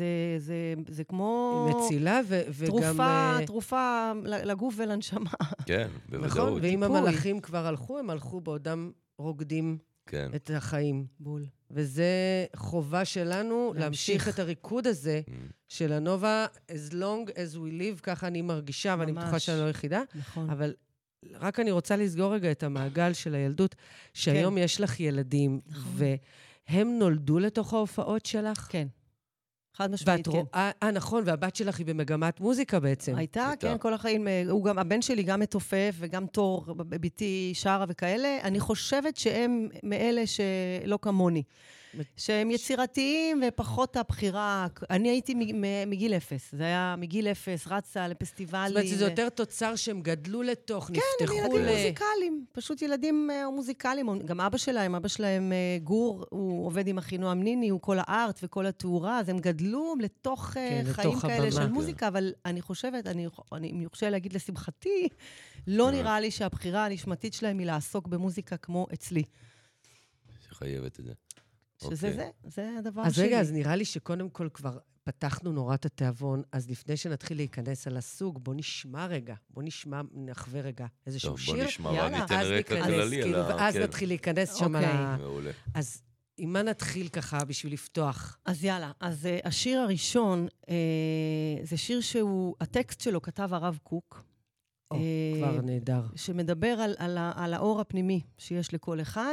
זה כמו... היא מצילה וגם... תרופה לגוף ולנשמה. כן, בוודאות. נכון, ואם המלאכים כבר הלכו, הם הלכו בעודם רוקדים כן. את החיים. בול. וזה חובה שלנו להמשיך את הריקוד הזה של הנובה, as long as we live, ככה אני מרגישה, ואני בטוחה שאני לא יחידה. נכון. אבל רק אני רוצה לסגור רגע את המעגל של הילדות, שהיום יש לך ילדים, והם נולדו לתוך ההופעות שלך? כן. חד משמעית, כן. נכון, והבת שלך היא במגמת מוזיקה בעצם. הייתה, כן, כל החיים. הבן שלי גם מתופף, וגם תור, ביתי שרה וכאלה. אני חושבת שהם מאלה שלא כמוני. שהם יצירתיים ופחות הבחירה. אני הייתי מגיל 0. זה היה מגיל 0, רצה לפסטיבלים. זאת אומרת, זה יותר תוצר שהם גדלו לתוך, נפתחו כן, הם ילדים מוזיקליים. פשוט ילדים מוזיקליים. גם אבא שלהם גור, הוא עובד עם אחינועם ניני, הוא כל הארט וכל התאורה, אז הם גדלו לתוך חיים כאלה של מוזיקה, אבל אני חושבת, אני יורשה להגיד לשמחתי, לא נראה לי שהבחירה הנשמתית שלהם היא לעסוק במוזיקה כמו אצלי. שחייבת את זה. שזה זה הדבר אז שלי. רגע, אז נראה לי שקודם כל כבר פתחנו נורא את התיאבון, אז לפני שנתחיל להיכנס על הסוג, בוא נשמע רגע, נחווה רגע איזשהו שיר. בוא נשמע, וניתן רקע כללי על ה... ואז נתחיל להיכנס שם על ה... מעולה. אז עם מה נתחיל ככה בשביל לפתוח? אז יאללה, אז השיר הראשון, זה שיר הטקסט שלו כתב הרב קוק. כבר נהדר. שמדבר על האור הפנימי שיש לכל אחד,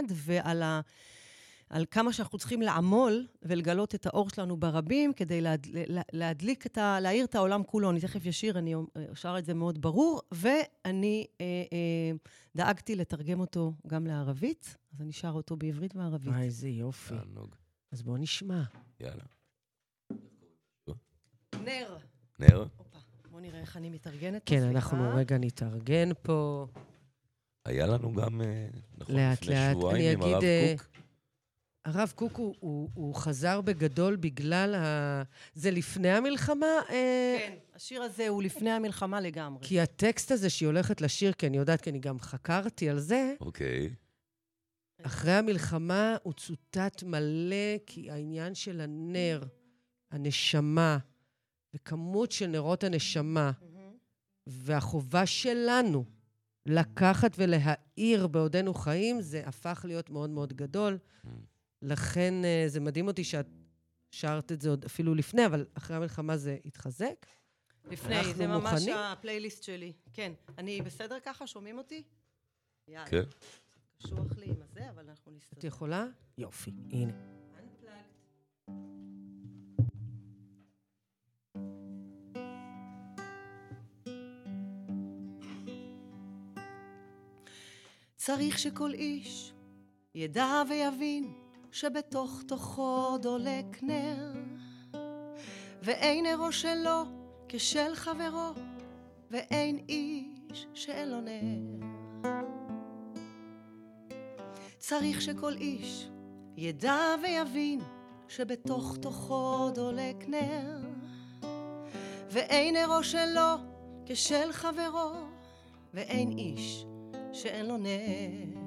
על כמה שאנחנו צריכים לעמול ולגלות את האור שלנו ברבים, כדי להאיר את העולם כולו. אני תכף ישיר, אני אשר את זה מאוד ברור, ואני דאגתי לתרגם אותו גם לערבית, אז אני שר אותו בעברית וערבית. איזה יופי. אז בואו נשמע. יאללה. נר. נר? אופה, בואו נראה איך אני מתארגנת. כן, אנחנו רגע נתארגן פה. היה לנו גם, נכון, לפני שבועיים עם הרב קוק. הרב קוק הוא חזר בגדול בגלל זה לפני המלחמה? כן, השיר הזה הוא לפני המלחמה לגמרי. כי הטקסט הזה שהיא הולכת לשיר, כי אני יודעת, כי אני גם חקרתי על זה, אוקיי. אחרי המלחמה הוא צוטט מלא, כי העניין של הנר, הנשמה, וכמות של נרות הנשמה, והחובה שלנו לקחת ולהאיר בעודנו חיים, זה הפך להיות מאוד מאוד גדול. לכן זה מדהים אותי שאת שרת את זה עוד אפילו לפני, אבל אחרי המלחמה זה התחזק. לפני, זה ממש הפלייליסט שלי. כן. אני בסדר ככה? שומעים אותי? יאללה. כן. קשוח לי עם הזה, אבל אנחנו נסתדר. את יכולה? יופי, הנה. צריך שכל איש ידע ויבין שבתוך תוכו דולק נר, ואין נרו שלו כשל חברו, ואין איש שאין לו נר. צריך שכל איש ידע ויבין שבתוך תוכו דולק נר, ואין נרו שלו כשל חברו, ואין איש שאין לו נר.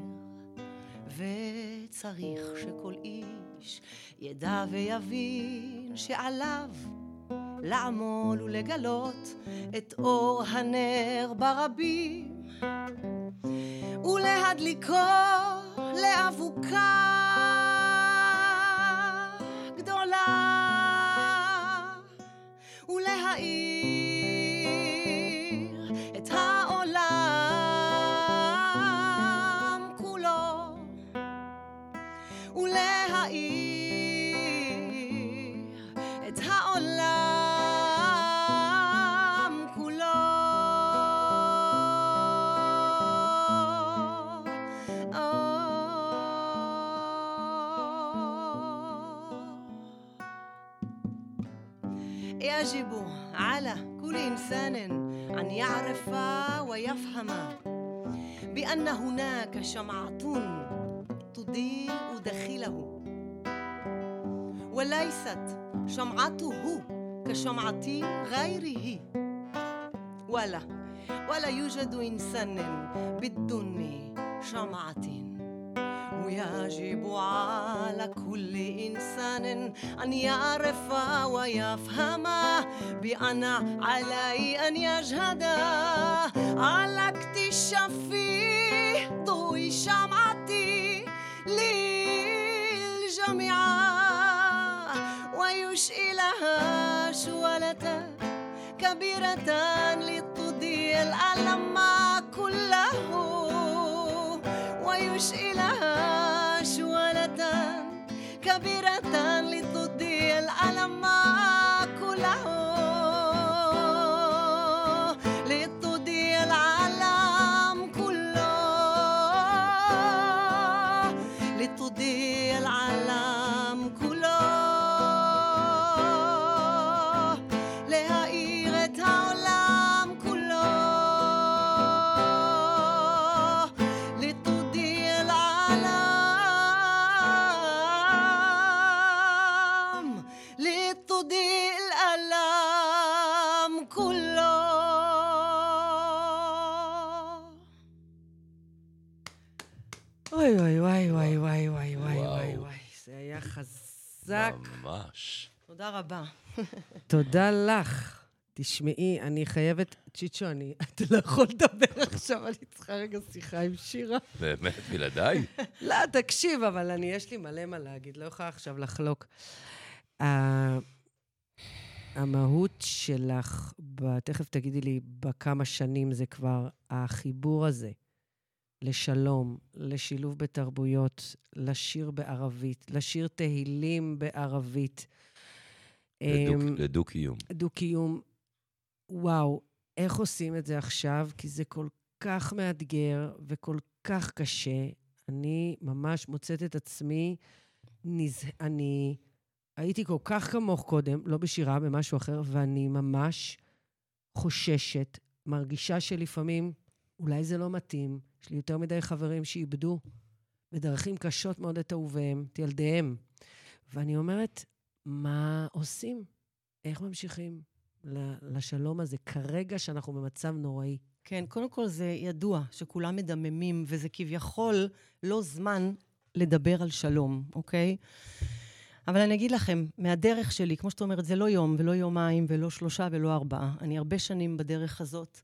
וצריך שכל איש ידע ויבין שעליו לעמול ולגלות את אור הנר ברבים, ולהדליקו לאבוקה גדולה, ולהאיר את העולם כולו, ולהאיר את העולם כולו. يجب على كل إنسان أن يعرف ويفهم بأن هناك شمعة تضيء داخله، وليست شمعته كشمعة غيره، ولا يوجد إنسان بدون شمعة. ويجب على كل إنسان أن يعرف ويفهم بأن عليه أن يجهد على اكتشاف ضوء شمعتي للجميع، ويشعلها شعلة كبيرة لتضيء العالم كله، ويشعلها شعلة كبيرة لتضيء العالم كله، لتضيء العالم كله، لتضيء العالم كله، להאיר את העולם כולו, لتضيء العالم، لتضيء العالم كله. אוי, אוי, וואי, וואי, וואי, וואי, וואי, וואו. וואי, וואי. זה היה חזק. ממש. תודה רבה. תודה לך. תשמעי, אני חייבת... צ'יצ'ו, אתה לא יכול לדבר עכשיו, אני צריכה רגע שיחה עם שירה. באמת, בלעדיי? לא, תקשיב, אבל יש לי מלא מה להגיד, לא יכולה עכשיו לחלוק. המהות שלך, תכף תגידי לי, בכמה שנים זה כבר החיבור הזה, לשלום, לשילוב בתרבויות, לשיר בערבית, לשיר תהילים בערבית. לדו-קיום. דו-קיום, וואו, איך עושים את זה עכשיו? כי זה כל כך מאתגר וכל כך קשה. אני ממש מוצאת את עצמי, אני הייתי כל כך כמוך קודם, לא בשירה, במשהו אחר, ואני ממש חוששת, מרגישה שלפעמים אולי זה לא מתאים, יש לי יותר מדי חברים שאיבדו בדרכים קשות מאוד את אהוביהם, את ילדיהם. ואני אומרת, מה עושים? איך ממשיכים לשלום הזה כרגע שאנחנו במצב נוראי? כן, קודם כל זה ידוע שכולם מדממים, וזה כביכול לא זמן לדבר על שלום, אוקיי? אבל אני אגיד לכם, מהדרך שלי, כמו שאת אומרת, זה לא יום ולא יומיים ולא 3 ולא 4. אני הרבה שנים בדרך הזאת.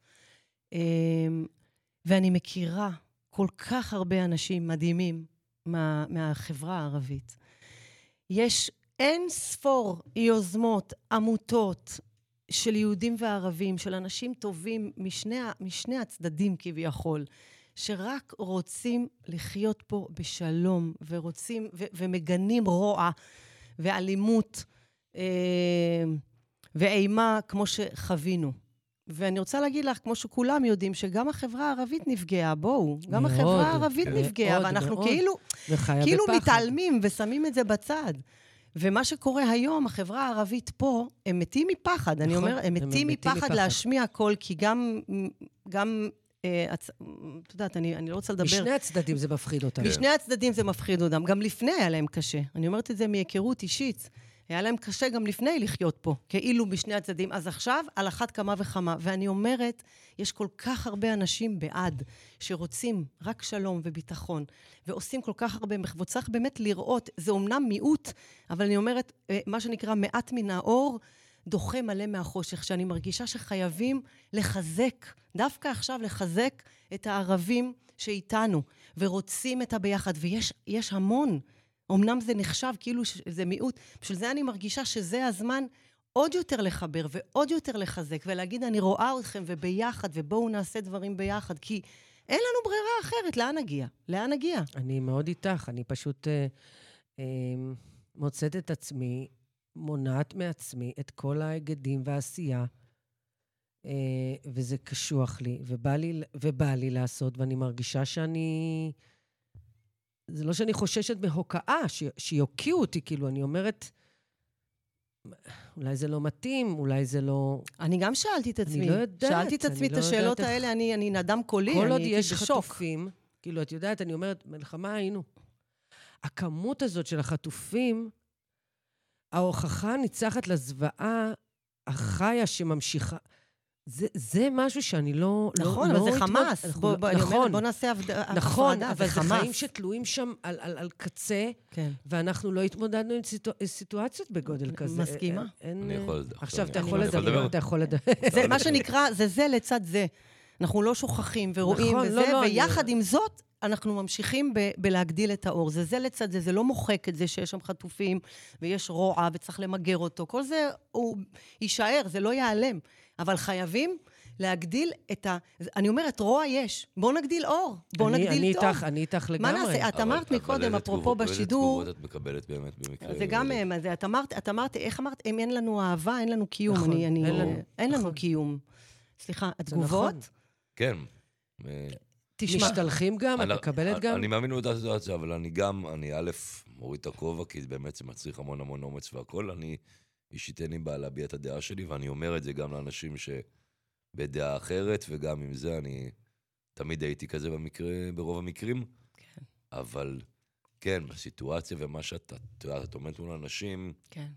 ואני מכירה כל כך הרבה אנשים מדהימים מהחברה הערבית. יש אין ספור יוזמות, עמותות של יהודים וערבים, של אנשים טובים משני הצדדים כביכול, שרק רוצים לחיות פה בשלום, ורוצים, ומגנים רוע ואלימות ואימה כמו שחווינו. ואני רוצה להגיד לך, כמו שכולם יודעים, שגם החברה הערבית נפגעה, בואו, גם מאוד, החברה הערבית נפגעה, ואנחנו מאוד. כאילו מתעלמים ושמים את זה בצד. ומה שקורה היום, החברה הערבית פה, הם מתים מפחד, אני אומר, הם מתים מפחד להשמיע קול, כי גם את יודעת, אני לא רוצה לדבר... משני הצדדים זה מפחיד אותם. משני הצדדים זה מפחיד אותם. גם לפני היה להם קשה. אני אומרת את זה מהיכרות אישית. היה להם קשה גם לפני לחיות פה, כאילו בשני הצדדים. אז עכשיו, על אחת כמה וכמה. ואני אומרת, יש כל כך הרבה אנשים בעד, שרוצים רק שלום וביטחון, ועושים כל כך הרבה מחוות. צריך באמת לראות, זה אומנם מיעוט, אבל אני אומרת, מה שנקרא מעט מן האור, דוחה מלא מהחושך, שאני מרגישה שחייבים לחזק, דווקא עכשיו לחזק את הערבים שאיתנו, ורוצים את הביחד, ויש המון. אמנם זה נחשב כאילו זה מיעוט, בשביל זה אני מרגישה שזה הזמן עוד יותר לחבר ועוד יותר לחזק, ולהגיד אני רואה אתכם וביחד, ובואו נעשה דברים ביחד, כי אין לנו ברירה אחרת, לאן נגיע? לאן נגיע? אני מאוד איתך, אני פשוט מוצאת את עצמי, מונעת מעצמי את כל ההיגדים והעשייה, וזה קשוח לי, ובא לי לעשות, ואני מרגישה שאני... זה לא שאני חוששת מהוקעה, שיוקיעו אותי, כאילו, אני אומרת, אולי זה לא מתאים, אולי זה לא... אני גם שאלתי את עצמי. אני לא יודעת. שאלתי את עצמי את השאלות האלה, אני נדם קולי, כל עוד אני הייתי יש בשוק. חטופים, כאילו, את יודעת, אני אומרת, מלחמה היינו. הכמות הזאת של החטופים, ההוכחה ניצחת לזוועה, החיה שממשיכה... זה משהו שאני לא... נכון, אבל זה חמאס. בוא נעשה הפרדה, נכון, אבל זה חיים שתלויים שם על קצה, ואנחנו לא התמודדנו עם סיטואציות בגודל כזה. מסכימה? אני יכול... עכשיו, אתה יכול לדבר. זה מה שנקרא, זה לצד זה. אנחנו לא שוכחים ורואים וזה, ויחד עם זאת, אנחנו ממשיכים בלהגדיל את האור. זה לצד זה, זה לא מוחק את זה שיש שם חטופים, ויש רוע, וצריך למגר אותו. כל זה הוא יישאר, זה לא ייעלם. אבל חייבים להגדיל את ה... אני אומרת, רוע יש. בואו נגדיל אור. בואו נגדיל טוב. אני איתך לגמרי. מה נעשה? את אמרת מקודם, אפרופו בשידור... איזה תגובות את מקבלת באמת במקרה? זה גם... את אמרת, איך אמרת? אם אין לנו אהבה, אין לנו קיום. נכון, אין לנו קיום. סליחה, התגובות? כן. משתלחים גם, את מקבלת גם? אני מאמין באותה סיטואציה, אבל אני א', מוריד את הכובע, כי באמת זה מצריך המון המון אומץ והכל. אני אישית אין לי בעיה להביע את הדעה שלי, ואני אומר את זה גם לאנשים שבדעה אחרת, וגם עם זה אני תמיד הייתי כזה ברוב המקרים. כן. אבל כן, בסיטואציה ומה שאת יודעת, את עומדת מול אנשים, כן.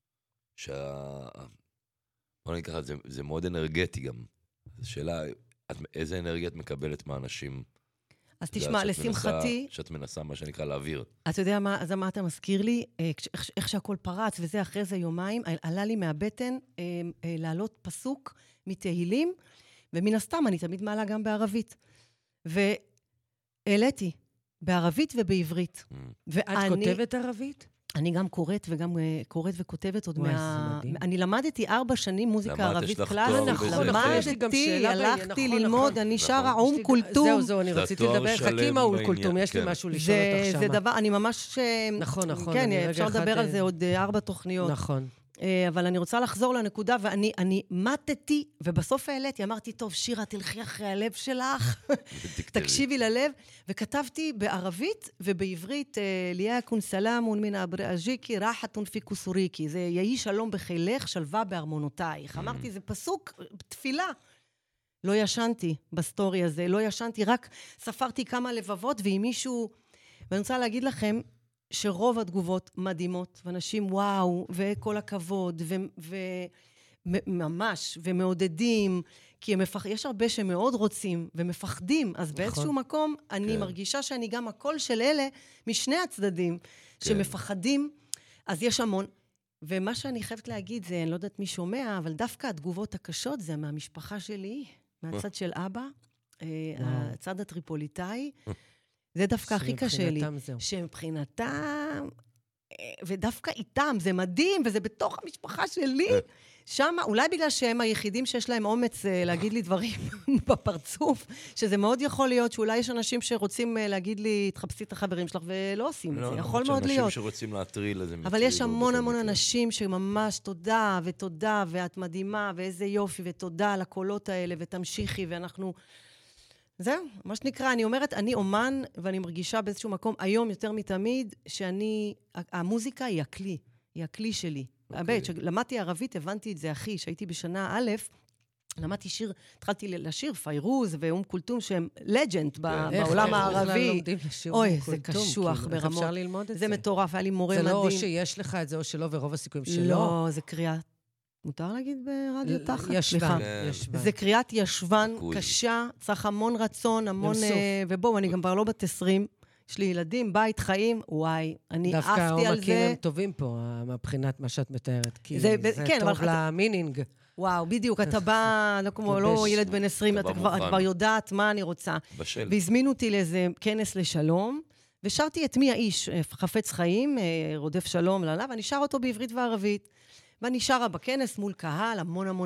בוא ניקח את זה, זה מאוד אנרגטי גם. זו שאלה, איזה אנרגיה את מקבלת מהאנשים? אז תשמע, לשמחתי... שאת מנסה, מה שנקרא, להעביר. אתה יודע מה, אז מה אתה מזכיר לי? איך שהכל פרץ, וזה אחרי זה יומיים, עלה לי מהבטן לעלות פסוק מתהילים, ומן הסתם אני תמיד מעלה גם בערבית. והעליתי בערבית ובעברית. את כותבת ערבית? אני גם קוראת וכותבת עוד אני למדתי 4 שנים מוזיקה ערבית קלאסית. למדתי, הלכתי ללמוד, אני שרה אום קולטום. זהו, אני רציתי לדבר, חכים האום קולטום, יש לי משהו לשאול אותך שמה. זה דבר, אני ממש... נכון. כן, אפשר לדבר על זה עוד 4 תוכניות. נכון. אבל אני רוצה לחזור לנקודה, ואני מתתי, ובסוף העליתי, אמרתי, טוב, שירה, תלכי אחרי הלב שלך, תקשיבי ללב, וכתבתי בערבית ובעברית, ליאקון סלאמון מן אבראג'יקי, רחתון פי קוסוריקי, זה יהי שלום בחילך, שלווה בארמונותייך. אמרתי, זה פסוק, תפילה. לא ישנתי בסטורי הזה, לא ישנתי, רק ספרתי כמה לבבות, ועם מישהו, ואני רוצה להגיד לכם, שרוב התגובות מדהימות, ואנשים וואו, וכל הכבוד, וממש, ומעודדים, כי יש הרבה שמאוד רוצים, ומפחדים, אז באיזשהו מקום, אני מרגישה שאני גם הקול של אלה, משני הצדדים, שמפחדים, אז יש המון. ומה שאני חייבת להגיד זה, אני לא יודעת מי שומע, אבל דווקא התגובות הקשות זה מהמשפחה שלי, מהצד של אבא, הצד הטריפוליטאי, זה דווקא הכי קשה לי. שמבחינתם, ודווקא איתם, זה מדהים, וזה בתוך המשפחה שלי. שם, אולי בגלל שהם היחידים שיש להם אומץ להגיד לי דברים בפרצוף, שזה מאוד יכול להיות שאולי יש אנשים שרוצים להגיד לי, תחפשי את החברים שלך, ולא עושים את זה. יכול מאוד להיות. אנשים שרוצים להטריל איזה אבל יש המון אנשים שממש תודה ותודה, ואת מדהימה, ואיזה יופי, ותודה על הקולות האלה, ותמשיכי, ואנחנו... זהו, מה שנקרא, אני אומרת, אני אומן, ואני מרגישה באיזשהו מקום, היום יותר מתמיד, המוזיקה היא הכלי שלי. באמת, כשלמדתי ערבית, הבנתי את זה, אחי, שהייתי בשנה א', למדתי שיר, התחלתי לשיר פיירוז ואום כולתום, שהם לג'נד בעולם הערבי. אוי, זה קשוח ברמות. אפשר ללמוד את זה? זה מטורף, היה לי מורה מדהים. זה לא או שיש לך את זה או שלא, ורוב הסיכויים שלא. לא, זה קריאה. מותר להגיד ברדיו תחת? ישבן. זה קריאת ישבן קשה, צריך המון רצון, המון... ובואו, אני גם כבר לא בת 20, יש לי ילדים, בית, חיים, וואי, אני עפתי על זה. דווקא העומקים הם טובים פה, מבחינת מה שאת מתארת, כי זה טוב למינינג. וואו, בדיוק, אתה בא, לא ילד בן 20, את כבר יודעת מה אני רוצה. בשל. והזמינו אותי לאיזה כנס לשלום, ושרתי את מי האיש, חפץ חיים, רודף שלום, ואני שר אותו בעברית וערבית. ואני שרה בכנס מול קהל,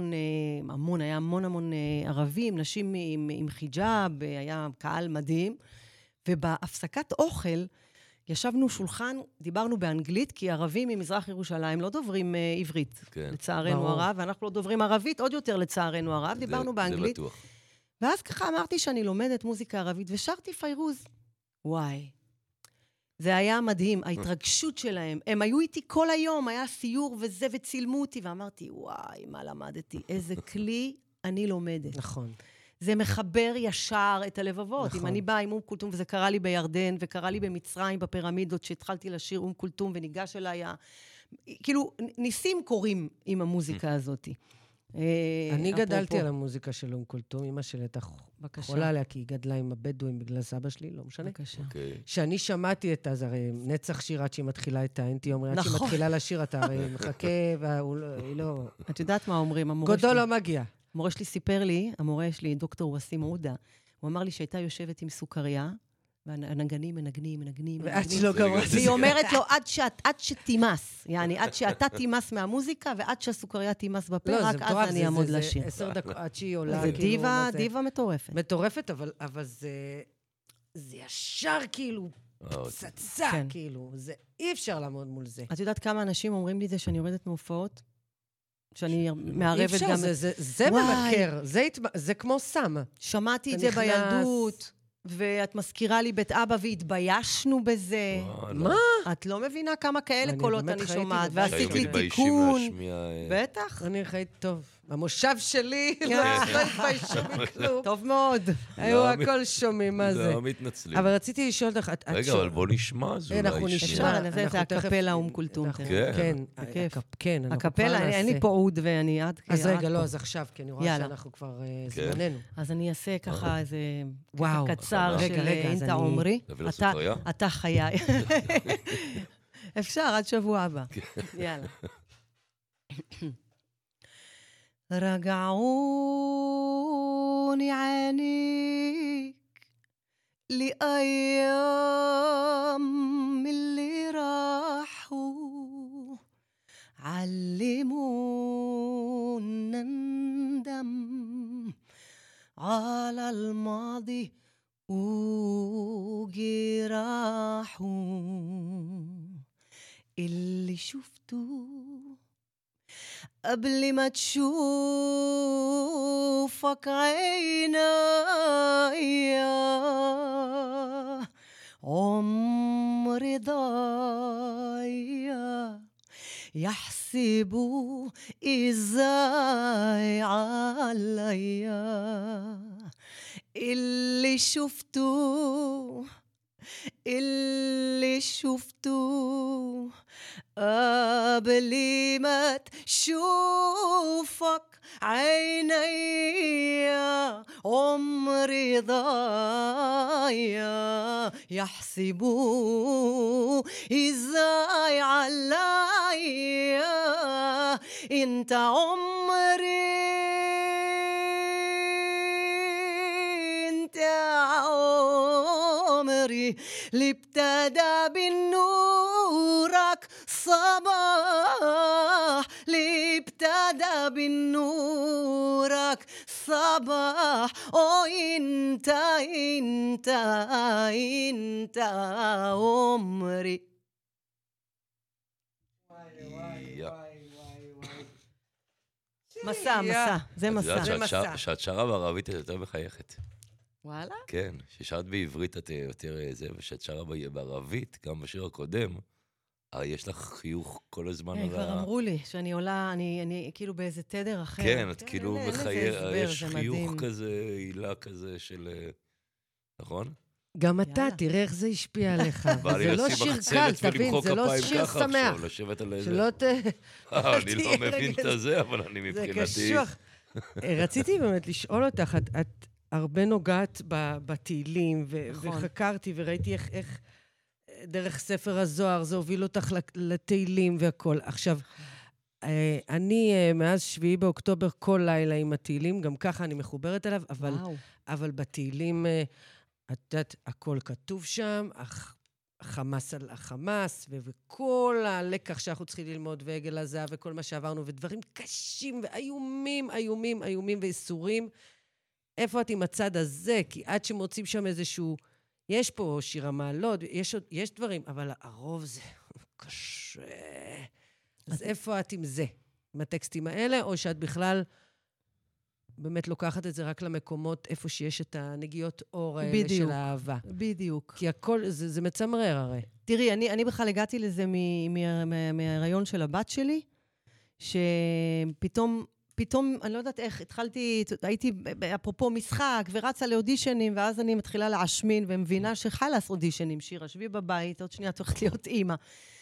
היה המון ערבים, נשים עם חיג'אב, היה קהל מדהים. ובהפסקת אוכל, ישבנו שולחן, דיברנו באנגלית, כי ערבים ממזרח ירושלים לא דוברים עברית, כן. לצערנו הרב, ואנחנו לא דוברים ערבית, עוד יותר לצערנו הרב, דיברנו באנגלית. זה בטוח. ואז ככה אמרתי שאני לומדת מוזיקה ערבית, ושרתי פיירוז. וואי. זה היה מדהים, ההתרגשות שלהם. הם היו איתי כל היום, היה סיור וזה, וצילמו אותי, ואמרתי, וואי, מה למדתי? איזה כלי אני לומדת. נכון. זה מחבר ישר את הלבבות. נכון. אם אני באה עם אום כולתום, וזה קרה לי בירדן, וקרה לי במצרים, בפירמידות, שהתחלתי לשיר אום כולתום, וניגש אליי, כאילו, ניסים קורים עם המוזיקה הזאת. אני גדלתי על המוזיקה של אום כולתום, אמא שלי הייתה חולה עליה, כי היא גדלה עם הבדואים בגלל סבא שלי, לא משנה. בבקשה. שאני שמעתי את זה, הרי נצח שיר עד שהיא מתחילה את האנטי, אומרים, עד שהיא מתחילה לשיר, אתה הרי מחכה, והיא לא... את יודעת מה אומרים? גודו לא מגיע. המורה שלי סיפר לי, המורה שלי, דוקטור וסים עודה, הוא אמר לי שהייתה יושבת עם סוכריה, והנגנים מנגנים. ועד שלא גמר. והיא אומרת לו, עד שתימס, יעני, עד שאתה תימס מהמוזיקה, ועד שהסוכריה תימס בפה, רק אז אני אעמוד לשיר. זה 10 דקות עד שהיא עולה. זה דיבה מטורפת. מטורפת, אבל זה ישר כאילו, פצצה כאילו, אי אפשר לעמוד מול זה. את יודעת כמה אנשים אומרים לי זה שאני יורדת מהופעות? שאני מערבת גם... זה ממכר, זה כמו סם. שמעתי את זה בילדות, ואת מזכירה לי בית אבא, והתביישנו בזה. מה? את לא מבינה כמה כאלה קולות אני שומעת, והייתי ועשית לי מתביישים תיקון. להשמיע... בטח. אני חייתי טוב. במושב שלי, לא התביישו מכלום. טוב מאוד. היו הכל שומעים מה זה. לא מתנצלים. אבל רציתי לשאול אותך... רגע, אבל בוא נשמע, אז אולי... אנחנו נשמע. זה הקפלה אום כולתום. כן, כן. הקפלה, אין לי פה עוד ואני עד... אז רגע, לא, אז עכשיו, כי אני רואה שאנחנו כבר זמננו. אז אני אעשה ככה איזה וואו. קצר של אינטה עומרי. אתה חיי. אפשר, עד שבוע הבא. יאללה. رجعوني عينيك لأيام اللي راحوا علمونا ندم على الماضي وجراحه اللي شفته قبل ما تشوفك عينيا عمر ضايع يحسبوا ازاي عليا اللي شفته قبل ما تشوفك عينيا عمري ضايع يحسبوا ازاي عليا انت عمري اللي ابتدى بالنورك صباح اللي ابتدى بالنورك صباح انت عمري מסע, זה מסע. את יודעת שאת שרה בערבית את יותר מחייכת. וואלה? כן, ששרת בעברית את יותר זה, ושאת שרה בערבית, גם בשיר הקודם, יש לך חיוך כל הזמן על כבר אמרו לי שאני עולה, אני כאילו באיזה תדר אחר. כן, את כאילו אין לזה בחיי, הסבר, יש זה חיוך מדהים. כזה, הילה כזה של... נכון? גם אתה, יאללה. תראה איך זה השפיע עליך. בא לי זה לא לשים שיר מחצלת קל, תבין, ולמחוא זה לא כפיים שיר ככה שמח. עכשיו, לשבת על איזה... שלא אני לא תהיה מבין רגע. את זה, אבל אני זה מבחינתי... קשוח. רציתי באמת לשאול אותך, את הרבה נוגעת בתהילים, נכון. וחקרתי וראיתי איך דרך ספר הזוהר זה הוביל אותך לתהילים והכל. עכשיו, אני מאז 7 באוקטובר כל לילה עם התהילים, גם ככה אני מחוברת אליו, וואו. אבל בתהילים, את יודעת, הכל כתוב שם, החמאס על החמאס, וכל הלקח שאנחנו צריכים ללמוד, ועגל הזהב, וכל מה שעברנו, ודברים קשים ואיומים, איומים, איומים ואיסורים. איפה את עם הצד הזה? כי עד שמוצאים שם איזשהו... יש פה שיר המעלות, יש דברים, אבל הרוב זה קשה. אז איפה את עם זה? עם הטקסטים האלה, או שאת בכלל באמת לוקחת את זה רק למקומות איפה שיש את הנגיעות אור האלה בדיוק. של האהבה? בדיוק. כי הכל, זה מצמרר הרי. תראי, אני בכלל הגעתי לזה מהרעיון של הבת שלי, שפתאום, אני לא יודעת איך, הייתי אפרופו משחק, ורצה לאודישנים, ואז אני מתחילה להשמין, ומבינה שחלאס אודישנים, שירה, שבי בבית, עוד שנייה את הולכת להיות אימא.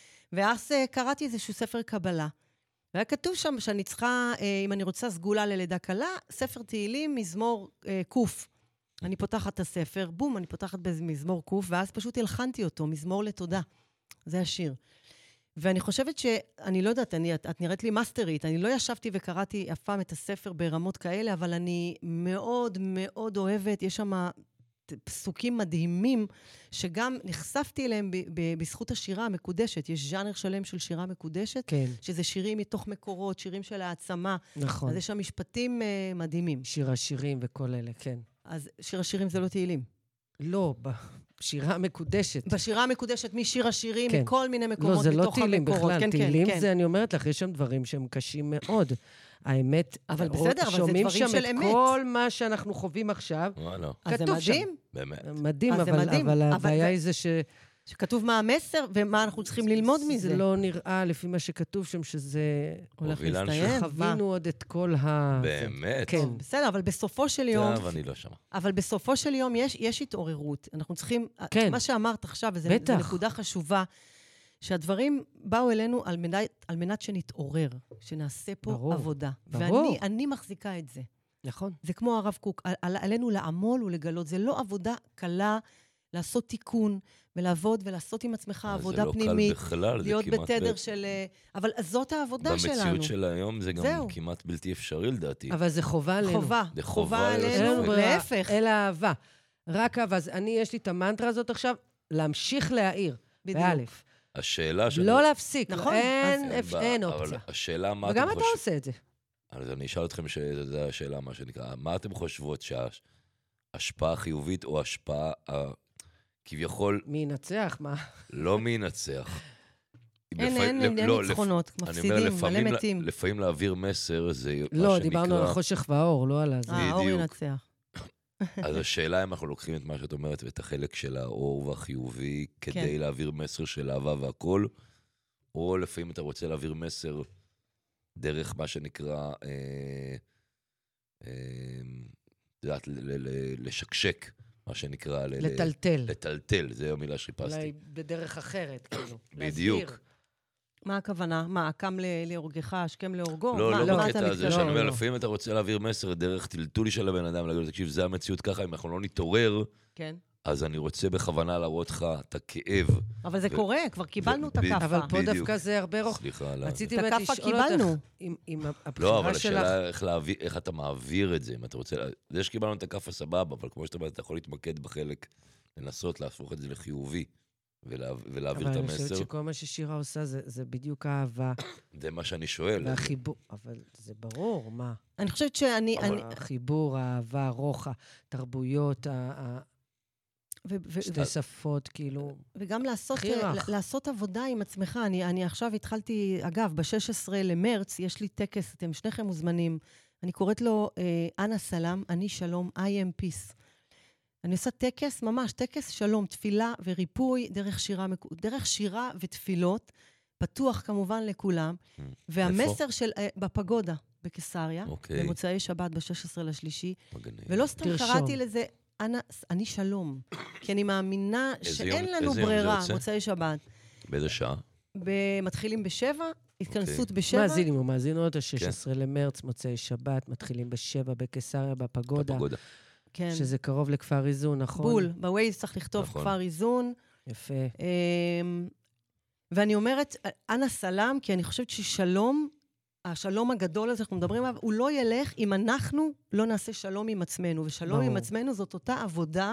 ואז קראתי איזשהו ספר קבלה, והיה כתוב שם שאני צריכה, אם אני רוצה סגולה ללידה קלה, ספר תהילים, מזמור קוף. אני פותחת את הספר, בום, אני פותחת במזמור קוף, ואז פשוט הלחנתי אותו, מזמור לתודה. זה השיר. ואני חושבת שאני לא יודעת, את נראית לי מאסטרית, אני לא ישבתי וקראתי אף פעם את הספר ברמות כאלה, אבל אני מאוד מאוד אוהבת, יש שם פסוקים מדהימים, שגם נחשפתי אליהם בזכות השירה המקודשת. יש ז'אנר שלם של שירה מקודשת, כן. שזה שירים מתוך מקורות, שירים של העצמה. נכון. אז יש שם משפטים מדהימים. שיר השירים וכל אלה, כן. אז שיר השירים זה לא תהילים. לא, בשירה המקודשת. בשירה המקודשת, משיר השירים, כן. מכל מיני לא, מקומות זה לא מתוך תהילים המקורות. בכלל. כן, תהילים כן, זה, אני אומרת לך, יש שם דברים שהם קשים מאוד. האמת, אבל בסדר, אבל זה שומעים דברים שם של את אמת. כל מה שאנחנו חווים עכשיו. וואלה, אז זה כתוב שם. מדהים. באמת. מדהים, אז זה מדהים. אבל אבל הבעיה זה- היא זה שכתוב מה המסר ומה אנחנו צריכים ללמוד מזה. זה לא נראה, לפי מה שכתוב שם, שזה... הולך מובילה להסתיים. חווינו עוד את כל ה... באמת? כן. בסדר, אבל בסופו של יום, טוב, אני לא שמה. אבל בסופו של יום יש התעוררות. אנחנו צריכים, כן. מה שאמרת עכשיו, וזו בטח. נקודה חשובה, שהדברים באו אלינו על מנת שנתעורר, שנעשה פה ברור, עבודה. ברור. ואני מחזיקה את זה. נכון. זה כמו הרב קוק, עלינו לעמול ולגלות. זה לא עבודה קלה לעשות תיקון, ולעבוד ולעשות עם עצמך עבודה פנימית. זה לא קל בכלל, זה להיות כמעט... בתדר של... אבל זאת העבודה שלנו. במציאות של היום זה גם זהו. כמעט בלתי אפשרי לדעתי. אבל זה חובה עלינו. חובה. זה חובה חובה עלינו, לעשות. להפך. אלא אהבה. רק אהבה. אז יש לי את המנטרה הזאת עכשיו, להמשיך להעיר. בדיוק. באלף. השאלה שאני... לא להפסיק. נכון. אין אבל אופציה. השאלה מה וגם אתם אתה חושבים... עושה את זה. אז אני אשאל אתכם שזו השאלה, מה שנקרא. מה אתם חושבות שההשפעה החיובית או ההשפעה כביכול מי ינצח? מה? לא מי ינצח? אין ניצחונות, מפסידים, מלא מתים. לפעמים להעביר מסר זה מה שנקרא... לא, דיברנו על החושך והאור, לא על הזה. האור בדיוק. ינצח. אז השאלה אם אנחנו לוקחים את מה שאת אומרת ואת החלק של האור והחיובי כדי להעביר מסר של אהבה והכל, או לפעמים אתה רוצה להעביר מסר דרך מה שנקרא, את יודעת, לשקשק, מה שנקרא... לטלטל. לטלטל, זו המילה שחיפשתי. אולי בדרך אחרת, כאילו. בדיוק. להסביר. מה הכוונה? מה, הקם להורגך, השכם להורגו? לא, מה- לא מה אתה בקטע הזה, מתכוון? שאני אומר, לא. לפעמים אתה רוצה להעביר מסר דרך טלטולי של הבן אדם, להגיד לו, תקשיב, זה המציאות ככה, אם אנחנו לא נתעורר, כן. אז אני רוצה בכוונה להראות לך את הכאב. אבל זה קורה, כבר קיבלנו את הכאפה. אבל פה בדיוק. דווקא זה הרבה רוח. סליחה על ה... רציתי את באמת הכאפה לשאול קיבלנו. אותך, עם לא, הבחירה אבל שלך. השאלה איך אתה מעביר את זה, אם אתה רוצה... זה שקיבלנו את הכאפה סבבה, אבל כמו שאתה אומר, אתה יכול להתמקד בחלק, לנסות להפוך את זה לחיובי, ולהעביר את אבל אני חושבת המסר. שכל מה ששירה עושה זה בדיוק האהבה זה מה שאני שואל. והחיבור. אבל זה ברור, מה? אני חושבת שאני... החיבור, האהבה, הרוח, התרבויות, שתי שפות, כאילו... וגם הכי רך. לעשות עבודה עם עצמך. אני עכשיו התחלתי, אגב, ב-16 למרץ, יש לי טקס, אתם שניכם מוזמנים. אני קוראת לו, אנה סלאם, אני שלום, I am peace. אני עושה טקס, ממש, טקס שלום, תפילה וריפוי, דרך שירה ותפילות, פתוח כמובן לכולם, והמסר של... בפגודה, בקיסריה, אוקיי. במוצאי שבת ב-16 לשלישי, מגניב. ולא סתם תרשום. קראתי לזה, אני שלום, כי אני מאמינה שאין לנו איזה יום זה ברירה, יוצא? מוצאי שבת. באיזה שעה? מתחילים ב-7, התכנסות ב-7. מאזינים ומאזינות, ה-16 למרץ, מוצאי שבת, מתחילים ב-7 בקיסריה, בפגודה, בפגודה. כן. שזה קרוב לכפר איזון, נכון? בול, בווייז צריך לכתוב נכון. כפר איזון. יפה. ואני אומרת, אנא סלאם, כי אני חושבת ששלום, השלום הגדול הזה שאנחנו מדברים עליו, הוא לא ילך אם אנחנו לא נעשה שלום עם עצמנו. ושלום ברור. עם עצמנו זאת אותה עבודה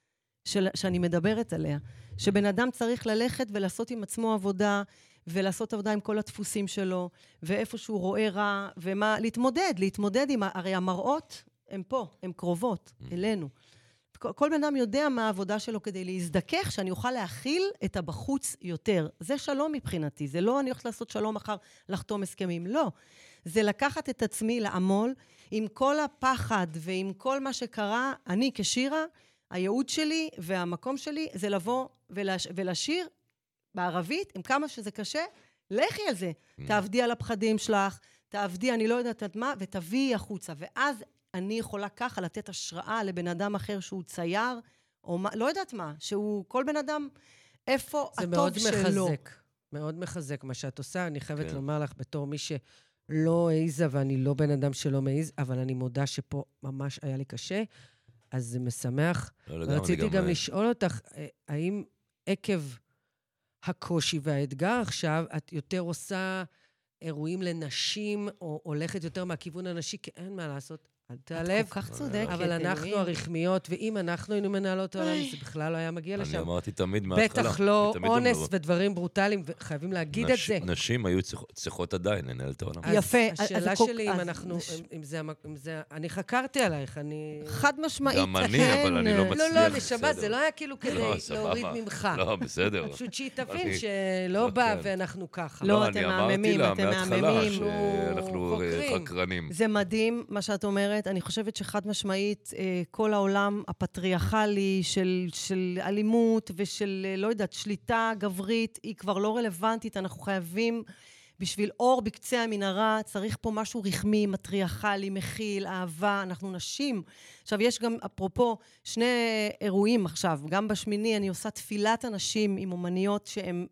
שאני מדברת עליה. שבן אדם צריך ללכת ולעשות עם עצמו עבודה, ולעשות עבודה עם כל הדפוסים שלו, ואיפה שהוא רואה רע, ומה, להתמודד עם, הרי המראות הם פה, הם קרובות אלינו. כל בן אדם יודע מה העבודה שלו כדי להזדכך, שאני אוכל להכיל את הבחוץ יותר. זה שלום מבחינתי, זה לא אני הולכת לעשות שלום אחר לחתום הסכמים, לא. זה לקחת את עצמי לעמול, עם כל הפחד ועם כל מה שקרה, אני כשירה, הייעוד שלי והמקום שלי זה לבוא ולשיר בערבית, עם כמה שזה קשה, לכי על זה. תעבדי על הפחדים שלך, תעבדי, אני לא יודעת עד מה, ותביאי החוצה. ואז אני יכולה ככה לתת השראה לבן אדם אחר שהוא צייר, או מה, לא יודעת מה, שהוא כל בן אדם, איפה הטוב שלו. זה מאוד מחזק, מאוד מחזק מה שאת עושה. אני חייבת לומר לך, בתור מי שלא העיזה, ואני לא בן אדם שלא מעיז, אבל אני מודה שפה ממש היה לי קשה, אז זה משמח. רציתי גם לשאול אותך, האם עקב הקושי והאתגר עכשיו, את יותר עושה אירועים לנשים, או הולכת יותר מהכיוון הנשי, כי אין מה לעשות. אל תעלב. את כל כך צודקת. אבל אנחנו הרחמיות, ואם אנחנו היינו מנהלות העולם, זה בכלל לא היה מגיע לשם. אני אמרתי תמיד מההתחלה. בטח לא אונס ודברים ברוטליים, וחייבים להגיד את זה. נשים היו צריכות עדיין לנהל את העולם. יפה. השאלה שלי, אם זה... אני חקרתי עלייך, אני... חד משמעית. גם אני, אבל אני לא מצליח. לא, נשמה, זה לא היה כאילו כדי להוריד ממך. לא, בסדר. פשוט שהיא תבין שלא בא ואנחנו ככה. לא, אתם מהממים, אתם מהממים. שאנחנו חקרנים. זה מדהים מה שאת אומרת. אני חושבת שחד משמעית, כל העולם הפטריארכלי של אלימות ושל, לא יודעת, שליטה גברית, היא כבר לא רלוונטית. אנחנו חייבים, בשביל אור בקצה המנהרה, צריך פה משהו רחמי, מטריארכלי, מכיל, אהבה. אנחנו נשים. עכשיו, יש גם, אפרופו, שני אירועים עכשיו. גם בשמיני אני עושה תפילת אנשים עם אומניות שהן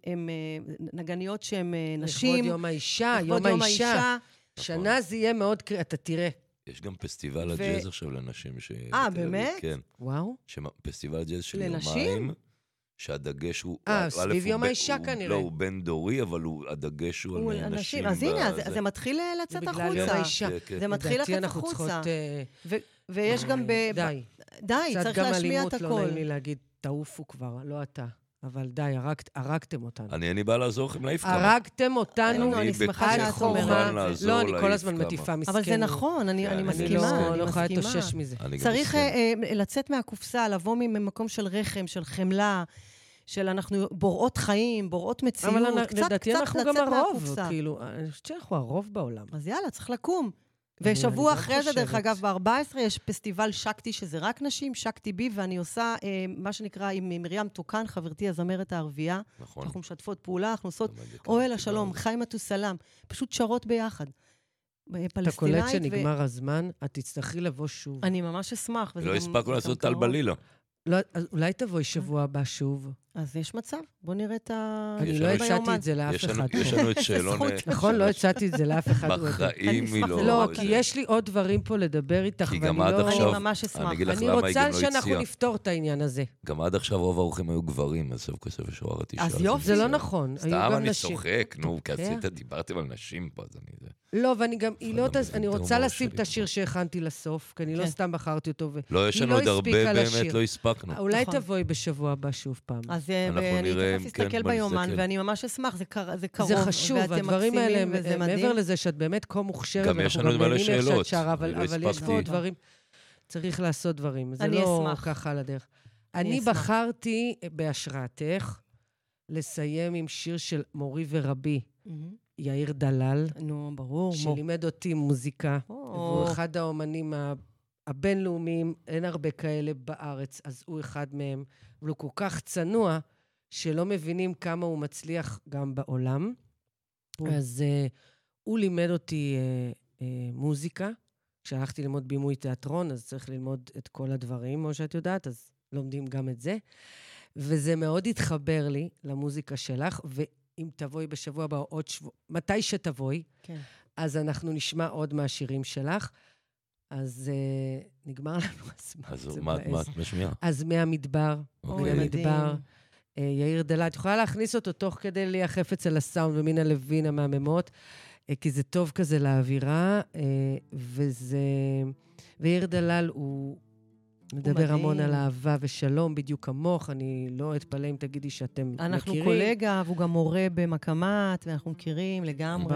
נגניות שהן נשים. לכבוד יום האישה, יום האישה. שנה זה יהיה מאוד קריאה, אתה תראה. יש גם פסטיבל הג'אז עכשיו לנשים. באמת? כן. וואו. פסטיבל הג'אז של לנשים? יומיים, שהדגש הוא... סביב יום האישה כנראה. לא, הוא בין דורי, אבל הדגש הוא על נשים. אז הנה, זה מתחיל לצאת החוצה. בגלל יום האישה. זה מתחיל לצאת החוצה. ויש גם די, צריך להשמיע את הכל. לא נעים לי להגיד, תעופו כבר, לא אתה. אבל די, הרגתם אותנו. אני בא לעזור לכם להעיף כמה. הרגתם אותנו, אני שמחה שאת אומרת. לא, אני כל הזמן מטיפה מסכן. אבל זה נכון, אני מסכימה. אני לא יכולה להתאושש מזה. צריך לצאת מהקופסה, לבוא ממקום של רחם, של חמלה, של אנחנו בוראות חיים, בוראות מציאות. אבל לדעתי אנחנו גם הרוב, מהקופסה. כאילו, אני חושבת שאנחנו הרוב בעולם. אז יאללה, צריך לקום. ושבוע אחרי זה, דרך אגב, ב-14 יש פסטיבל שקטי, שזה רק נשים, שקטי בי, ואני עושה מה שנקרא עם מרים תוקן, חברתי הזמרת הערבייה. נכון. אנחנו משתפות פעולה, אנחנו עושות אוהל השלום, חיימתו סלאם, פשוט שרות ביחד. אתה קולט שנגמר הזמן, את תצטרכי לבוא שוב. אני ממש אשמח. לא הספקנו לעשות טל בלילה. אולי תבואי שבוע הבא שוב. אז יש מצב, בוא נראה את ה... אני לא הצעתי את זה לאף אחד. יש לנו את שאלון... נכון, לא הצעתי את זה לאף אחד. בחיים היא לא... לא, כי יש לי עוד דברים פה לדבר איתך, כי ואני גם עד לא... עכשיו... אני ממש אשמח. אני אגיד לך אני למה היא גם לא רוצה הציעה. שאנחנו נפתור את העניין הזה. גם עד עכשיו רוב האורחים היו גברים, אז סוף כסף ושוערת אישה. אז יופי. זה לא נכון, היו סתם גם אני נשים. צוחק, נו, כי דיברתם על נשים פה, אז אני... לא, ואני גם, אני רוצה ההומור לשים שלי. את השיר שהכנתי לסוף, כי אני לא סתם בחרתי אותו, לא, יש לנו עוד הרבה, באמת לא הספקנו. אולי תבואי בשבוע הבא שוב פעם. אז אני תכף אסתכל ביומן, ואני ממש אשמח, זה קרוב. זה חשוב, הדברים האלה, מעבר לזה שאת באמת כה מוכשרת, גם יש לנו מלא שאלות. אבל יש פה דברים, צריך לעשות דברים. זה לא ככה על הדרך. אני בחרתי בהשראתך לסיים עם שיר של מורי ורבי, יאיר דלל. נו, ברור. שלימד אותי מוזיקה. והוא אחד האומנים הבינלאומיים, אין הרבה כאלה בארץ, אז הוא אחד מהם. אבל הוא כל כך צנוע, שלא מבינים כמה הוא מצליח גם בעולם. אז הוא לימד אותי מוזיקה. כשהלכתי ללמוד בימוי תיאטרון, אז צריך ללמוד את כל הדברים, כמו שאת יודעת, אז לומדים גם את זה. וזה מאוד התחבר לי למוזיקה שלך, ואם תבואי בשבוע הבא, עוד שבוע, מתי שתבואי, כן. אז אנחנו נשמע עוד מהשירים שלך. אז נגמר לנו הזמן. אז מה את משמיעה? אז מהמדבר, אוקיי. מהמדבר. יאיר דלה, את יכולה להכניס אותו תוך כדי להיחף אצל הסאונד ומן הלווין המהממות, כי זה טוב כזה לאווירה, ויאיר דלל הוא מדבר המון על אהבה ושלום, בדיוק כמוך, אני לא אתפלא אם תגידי שאתם מכירים. אנחנו קולגה, והוא גם מורה במקמת, ואנחנו מכירים לגמרי.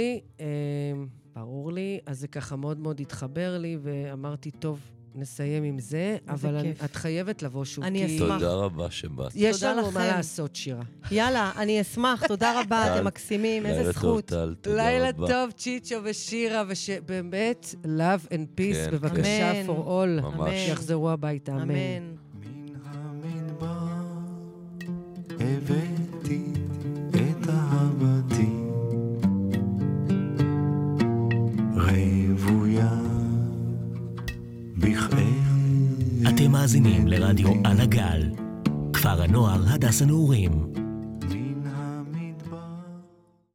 ברור לי, אז זה ככה מאוד מאוד התחבר לי, ואמרתי, טוב, נסיים עם זה, אבל את חייבת לבוא שוב. אני אשמח. תודה רבה שבאת. יש לנו מה לעשות, שירה. יאללה, אני אשמח, תודה רבה, אתם מקסימים, איזה זכות. לילה טוב, צ'יצ'ו ושירה, ושבאמת, love and peace, בבקשה, for all. ממש. שיחזרו הביתה, אמן. אמן. מן המדבר הבאתי את אהבתי רבויה בכאב. אתם מאזינים לרדיו על הגל, כפר הנוער הדס הנעורים.